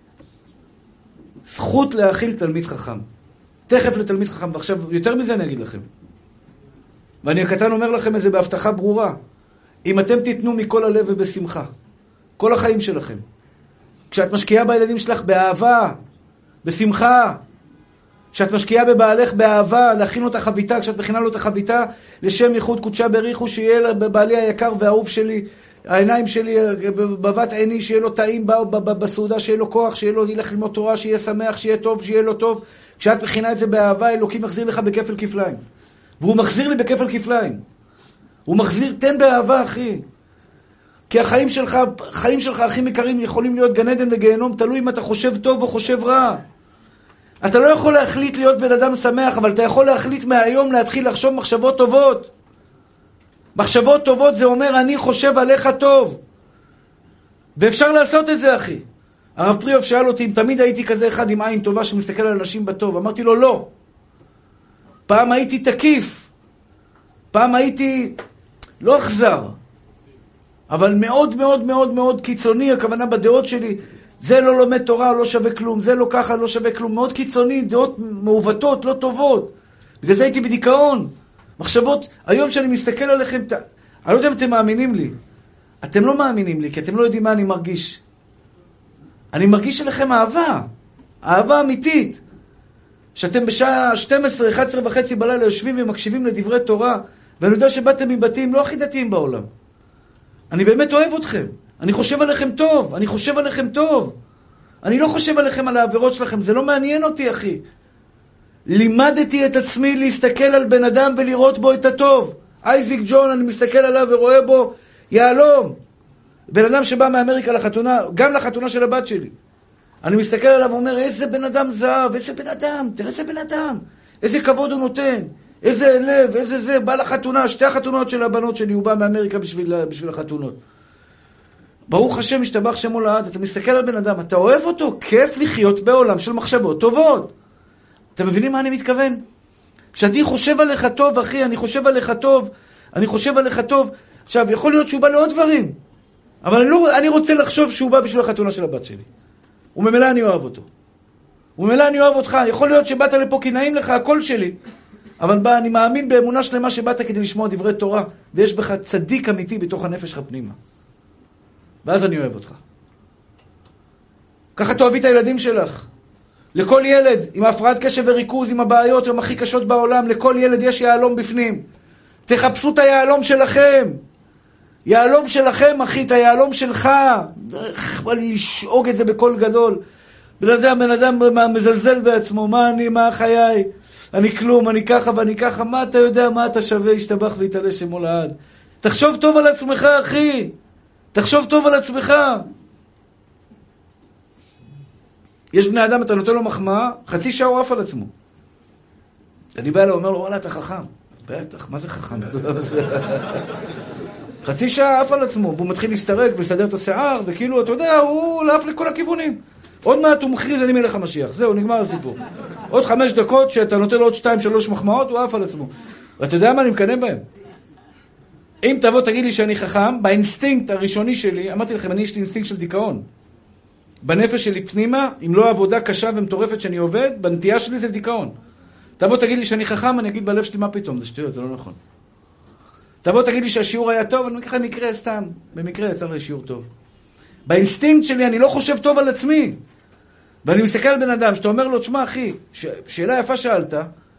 זכות להאכיל תלמיד חכם. תכף לתלמיד חכם, ועכשיו יותר מזה אני אגיד לכם. ואני הקטן אומר לכם את זה בהבטחה ברורה. אם אתם תיתנו מכל הלב ובשמחה, כל החיים שלכם, כשאת משקיעה בילדים שלך באהבה, בשמחה, כשאת משקיעה בבעלך באהבה, להכין לו את החביתה, כשאת מכינה לו את החביתה, לשם ייחוד קודשה בריחו, שיהיה לבעלי היקר והאהוב שלי, העיניים שלי, בבת עיני, שיהיה לו טעים בסעודה, שיהיה לו כוח, שיהיה לו ילך ללמוד תורה, שיהיה שמח, שיהיה טוב, שיהיה לו טוב. כשאת מכינה את זה באהבה, אלוקים מחזיר לך בכפל כפליים. והוא מחזיר לי בכפל כפליים. הוא מחזיר, תן באהבה, אחי. כי החיים שלך, אחים יקרים, יכולים להיות גן עדן וגיהנום, תלוי אם אתה חושב טוב או חושב רע. אתה לא יכול להחליט להיות בן אדם שמח, אבל אתה יכול להחליט מהיום להתחיל לחשוב מחשבות טובות. מחשבות טובות זה אומר, אני חושב עליך טוב. ואפשר לעשות את זה, אחי. הרב פריאוף שאל אותי אם תמיד הייתי כזה אחד עם עין טובה שמסתכל על אנשים בטוב. אמרתי לו, לא. פעם הייתי תקיף. פעם הייתי לא אכזר. אבל מאוד מאוד מאוד מאוד קיצוני, הכוונה בדעות שלי, זה לא לומד תורה, לא שווה כלום, זה לא ככה, לא שווה כלום. מאוד קיצוני, דעות מעוותות, לא טובות. בגלל זה הייתי בדיכאון. מחשבות, היום שאני מסתכל עליכם, אני לא יודע אם אתם מאמינים לי. אתם לא מאמינים לי, כי אתם לא יודעים מה אני מרגיש. אני מרגיש עליכם אהבה. אהבה אמיתית. שאתם בשעה 12, 11 וחצי בלילה יושבים ומקשיבים לדברי תורה, ואני יודע שבאתם מבתים לא הכי דתיים בעולם. אני באמת אוהב אתכם. אני חושב עליכם טוב. אני לא חושב עליכם על העבירות שלכם. זה לא מעניין אותי, אחי. לימדתי את עצמי להסתכל על בן אדם ולראות בו את הטוב. אייזיק ג'ון, אני מסתכל עליו ורואה בו יעלום. בן אדם שבא מאמריקה לחתונה, גם לחתונה של הבת שלי. אני מסתכל עליו ואומר, איזה בן אדם זהב, איזה בן אדם, תראה איזה בן אדם. איזה כבוד הוא נותן, איזה לב, איזה זה, בא לחתונה, שתי החתונות של הבנות שלי, הוא בא מאמריקה בשביל החתונות. ברוך השם, משתבח שמו לעד, אתה מסתכל על בן אדם, אתה אוהב אותו, כיף לחיות בעולם של מחשבות טובות. אתם מבינים מה אני מתכוון? כשאני חושב עליך טוב, אחי, אני חושב עליך טוב. עכשיו, יכול להיות שהוא בא לעוד דברים, אבל אני רוצה לחשוב שהוא בא בשביל החתונה של הבת שלי. וממילא אני אוהב אותו. וממילא אני אוהב אותך. יכול להיות שבאת לפה כי נעים לך הכל שלי, אבל אני מאמין באמונה שלמה שבאת כדי לשמוע דברי תורה, ויש בך צדיק אמיתי בתוך הנפש שלך פנימה. ואז אני אוהב אותך. ככה תאהבי את הילדים שלך. לכל ילד, עם הפרעת קשב וריכוז, עם הבעיות הם הכי קשות בעולם, לכל ילד יש יעלום בפנים. תחפשו את היעלום שלכם. יעלום שלכם, אחי, את היעלום שלך. בא לי לשאוג את זה בקול גדול. בן אדם מזלזל בעצמו. מה אני, מה חיי? אני כלום, אני ככה ואני ככה. מה אתה יודע, מה אתה שווה? ישתבח ויתעלה שמו לעד. תחשוב טוב על עצמך, אחי. תחשוב טוב על עצמך. יש בני אדם, אתה נותן לו מחמאה, חצי שעה הוא עף על עצמו. אני בא אליו, אומר לו, וואלה, אתה חכם. בטח, מה זה חכם? חצי שעה עף על עצמו, והוא מתחיל להסתרק ולסדר את השיער, וכאילו, אתה יודע, הוא לעף לכל הכיוונים. עוד מעט הוא מכריז, אני מלך המשיח. זהו, נגמר הסיפור. עוד 5 דקות שאתה נותן לו עוד 2-3 מחמאות, הוא עף על עצמו. ואתה יודע מה אני מקנא בהם? אם תבוא תגיד לי שאני חכם, באינסטינקט הראשוני שלי, אמרתי לכם, יש לי אינסטינקט של דיכאון. בנפש שלי פנימה, אם לא עבודה קשה ומטורפת שאני עובד, בנטייה שלי זה דיכאון. תבוא תגיד לי שאני חכם, אני אגיד בלב שלי מה פתאום, זה שטויות, זה לא נכון. תבוא תגיד לי שהשיעור היה טוב, אני אקח מקרה סתם, במקרה יצא לי שיעור טוב. באינסטינקט שלי אני לא חושב טוב על עצמי. ואני מסתכל על בן אדם, שאתה אומר לו, תשמע אחי, שאלה יפה שאלת,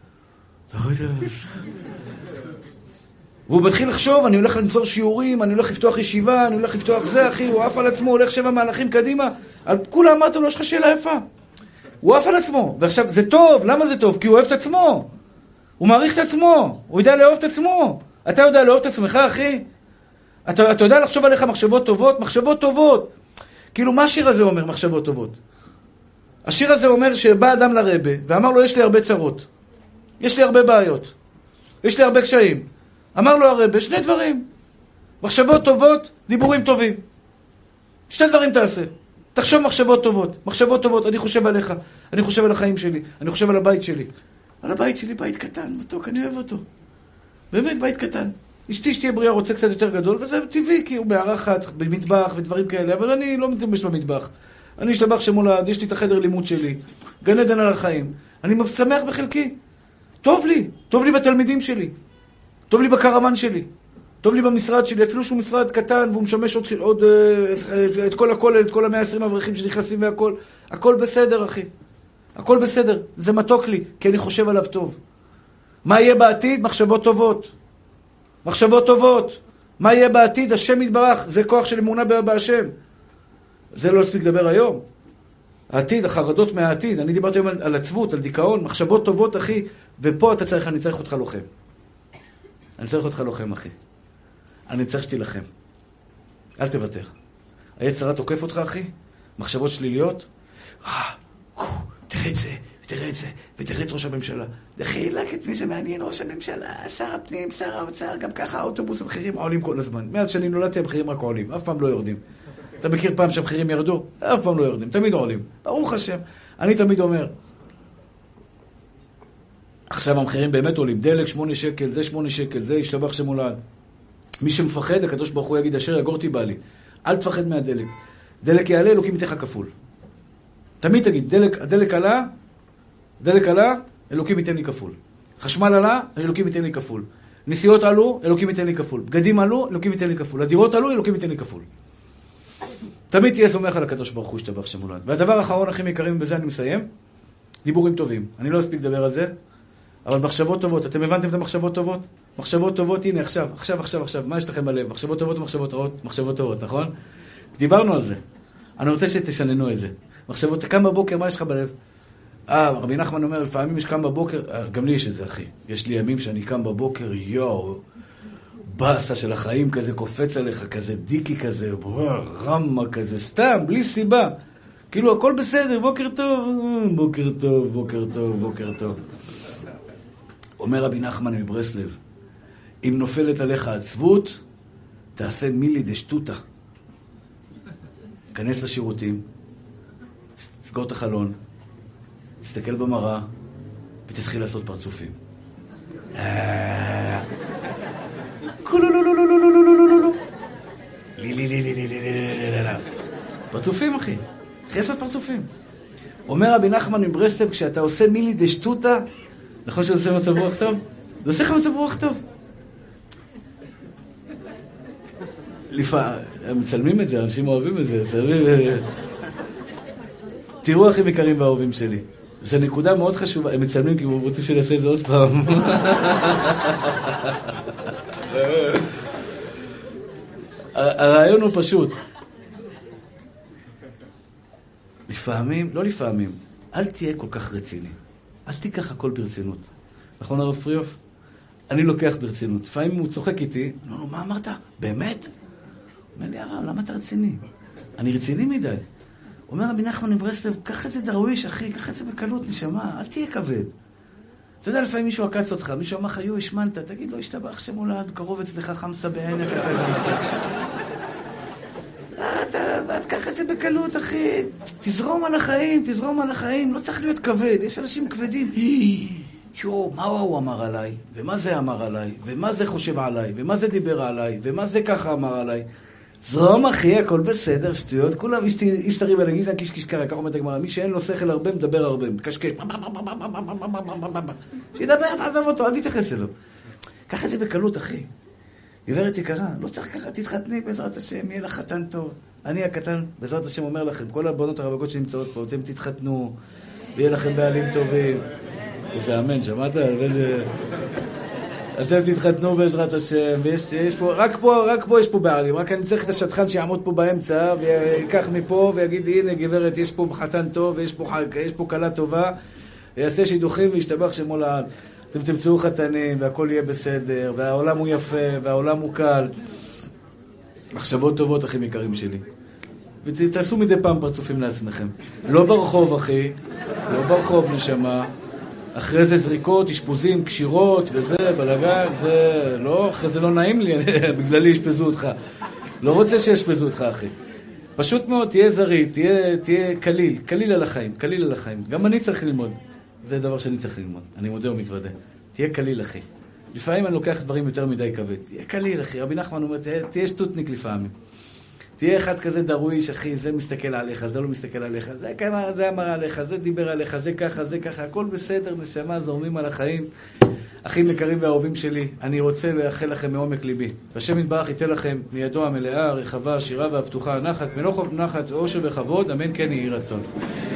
והוא מתחיל לחשוב, אני הולך לנצור שיעורים, אני הולך לפתוח ישיבה, אני הולך לפתוח זה, אחי, הוא עף על עצמו, הולך 7 מהלכים קדימה, על כולה אמרתם לו, יש לך שאלה יפה. הוא עף על עצמו, ועכשיו, זה טוב, למה זה טוב? כי הוא אוהב את עצמו. הוא מעריך את עצמו, הוא יודע לאהוב את עצמו. אתה יודע לאהוב את עצמך, אחי? אתה יודע לחשוב עליך מחשבות טובות? מחשבות טובות. כאילו, מה השיר הזה אומר, מחשבות טובות? השיר הזה אומר שבא אדם לרבה, ואמר לו, יש לי הרבה צרות. יש לי הרבה בעיות. יש לי הרבה קשיים. אמר לו הרבה, 2 דברים. מחשבות טובות, דיבורים טובים. 2 דברים תעשה. תחשוב מחשבות טובות. מחשבות טובות, אני חושב עליך. אני חושב על החיים שלי. אני חושב על הבית שלי. על הבית שלי, בית קטן, מתוק, אני אוהב אותו. באמת, בית קטן. אשתי שתהיה בריאה רוצה קצת יותר גדול, וזה טבעי, כי הוא בערכת, במטבח ודברים כאלה, אבל אני לא מתלבש במטבח. אני אשתבח שמולד, יש לי את החדר לימוד שלי. גן עדן על החיים. אני שמח בחלקי. טוב לי בתלמידים שלי. טוב לי בקרמן שלי. טוב לי במשרד שלי, אפילו שהוא משרד קטן, והוא משמש עוד את כל הכולל, את כל 120 אברכים שנכנסים והכל. הכל בסדר, אחי. הכל בסדר. זה מתוק לי, כי אני חושב עליו טוב. מה יהיה בעתיד? מחשבות טובות. מחשבות טובות. מה יהיה בעתיד? השם יתברך. זה כוח של אמונה בהשם. זה לא הספיק לדבר היום. העתיד, החרדות מהעתיד. אני דיברתי היום על עצבות, על דיכאון, מחשבות טובות, אחי. ופה אני צריך אותך לוחם. אני צריך אותך לוחם, אחי. אני צריך שתילחם. אל תוותר. היצר תוקף אותך, אחי. מחשבות שליליות. תראה את זה, ותראה את זה, ותראה את ראש הממשלה. דחילק את מי זה מעניין, ראש הממשלה, שר הפנים, שר האוצר, גם ככה האוטובוס המחירים עולים כל הזמן. מאז שאני נולדתי המחירים רק עולים, אף פעם לא יורדים. אתה מכיר פעם שהמחירים ירדו? אף פעם לא יורדים, תמיד עולים. ברוך השם. אני תמיד אומר, עכשיו המחירים באמת עולים, דלק 8 שקל, זה 8 שקל, זה ישתבח שמולד. מי שמפחד, הקדוש ברוך הוא יגיד, אשר יגורתי בא לי. אל תפחד מהדלק. דלק יעלה, אלוקים ייתן לך כפול. תמיד תגיד, דלק עלה, אלוקים ייתן לי כפול. חשמל עלה, אלוקים ייתן לי כפול. נסיעות עלו, אלוקים ייתן לי כפול. בגדים עלו, אלוקים ייתן לי כפול. הדירות עלו, אלוקים ייתן לי כפול. תמיד תהיה סומך על הקדוש ברוך הוא ישתבח שמולד. והדבר האחרון, אחים יקרים, ובזה אני מסיים, דיבורים טובים. אני לא אספיק לדבר על זה, אבל מחשבות טובות. אתם הבנתם את המחשבות טובות? מחשבות טובות, הנה, עכשיו. מה יש לכם בלב? מחשבות טובות ומחשבות רעות? מחשבות טובות, נכון? דיברנו על זה. אני רוצה שתשננו את זה. מחשבות, קם בבוקר, מה יש לך בלב? רבי נחמן אומר, לפעמים יש קם בבוקר, גם לי יש את זה, אחי. יש לי ימים שאני קם בבוקר, באסה של החיים כזה קופץ עליך, כזה דיקי כזה, רמה כזה, סתם, בלי סיבה. כאילו הכל בסדר, בוקר טוב, בוקר טוב, בוקר טוב, בוקר טוב. אומר רבי נחמן מברסלב, אם נופלת עליך עצבות, תעשה מילי דשטוטה. כנס לשירותים, תסגור את החלון, תסתכל במראה, ותתחיל לעשות פרצופים. פרצופים, אחי. אחי לעשות פרצופים. אומר רבי נחמן מברסלב, כשאתה עושה מילי דשטוטה, נכון שזה עושה מצב רוח טוב? זה עושה לך מצב רוח טוב. הם מצלמים את זה, אנשים אוהבים את זה. תראו אחים יקרים והאהובים שלי. זו נקודה מאוד חשובה. הם מצלמים כי הם רוצים שנעשה את זה עוד פעם. הרעיון הוא פשוט. לפעמים, לא לפעמים, אל תהיה כל כך רציני. אל תיקח הכל ברצינות. נכון הרב פריאוף? אני לוקח ברצינות. לפעמים הוא צוחק איתי, לא, מה אמרת? באמת? אומר לי, הרב, למה אתה רציני? אני רציני מדי. אומר רבי נחמן מברסלב, קח את זה דרוויש, אחי, קח את זה בקלות, נשמה, אל תהיה כבד. אתה יודע, לפעמים מישהו עקץ אותך, מישהו אמר לך, יו, השמנת, תגיד לו, השתבח שמולד, קרוב אצלך חמסה בעינק, אתה קח את זה בקלות, אחי. תזרום על החיים, תזרום על החיים, לא צריך להיות כבד, יש אנשים כבדים. יו, מה הוא אמר עליי? ומה זה אמר עליי? ומה זה חושב עליי? ומה זה דיבר עליי? ומה זה ככה אמר עליי? זרום אחי, הכל בסדר, שטויות, כולם יסתרים על הגיש להקיש קשקרה, כך אומרת הגמרא, מי שאין לו שכל הרבה, מדבר הרבה, מקשקש, שידבר, תעזוב אותו, אל תתייחס אליו. קח את זה בקלות, אחי. גברת יקרה, לא צריך ככה, תתחתני בעזרת השם, יהיה לך חתן טוב. אני הקטן, בעזרת השם אומר לכם, כל הבנות הרווקות שנמצאות פה, אתם תתחתנו, ויהיה לכם בעלים טובים. איזה אמן, שמעת? אתם תתחתנו בעזרת השם, ויש פה, רק פה יש פה בעלים, רק אני צריך את השטחן שיעמוד פה באמצע, ויקח מפה ויגיד, הנה גברת, יש פה חתן טוב, ויש פה קלה טובה, ויעשה שידוכים וישתבח שמו לעד. אתם תמצאו חתנים, והכל יהיה בסדר, והעולם הוא יפה, והעולם הוא קל. מחשבות טובות, אחים יקרים שלי. ותעשו מדי פעם פרצופים לעצמכם. לא ברחוב, אחי, לא ברחוב, נשמה. אחרי זה זריקות, אשפוזים, קשירות וזה, בלגן, זה לא, אחרי זה לא נעים לי, בגללי ישפזו אותך. לא רוצה שישפזו אותך, אחי. פשוט מאוד, תהיה זרי, תהיה קליל על החיים, קליל על החיים. גם אני צריך ללמוד. זה דבר שאני צריך ללמוד. אני מודה ומתוודה. תהיה קליל, אחי. לפעמים אני לוקח דברים יותר מדי כבד. תהיה קליל, אחי. רבי נחמן אומר, תהיה שטוטניק לפעמים. תהיה אחד כזה דרוויש, אחי, זה מסתכל עליך, זה לא מסתכל עליך, זה אמר עליך, זה דיבר עליך, זה ככה, הכל בסדר, נשמה, זורמים על החיים. אחים יקרים ואהובים שלי, אני רוצה לאחל לכם מעומק ליבי. והשם יתברך ייתן לכם מידו המלאה, הרחבה, השירה והפתוחה, נחת, מנוחת, נחת, אושר וכבוד, אמן כן יהי רצון.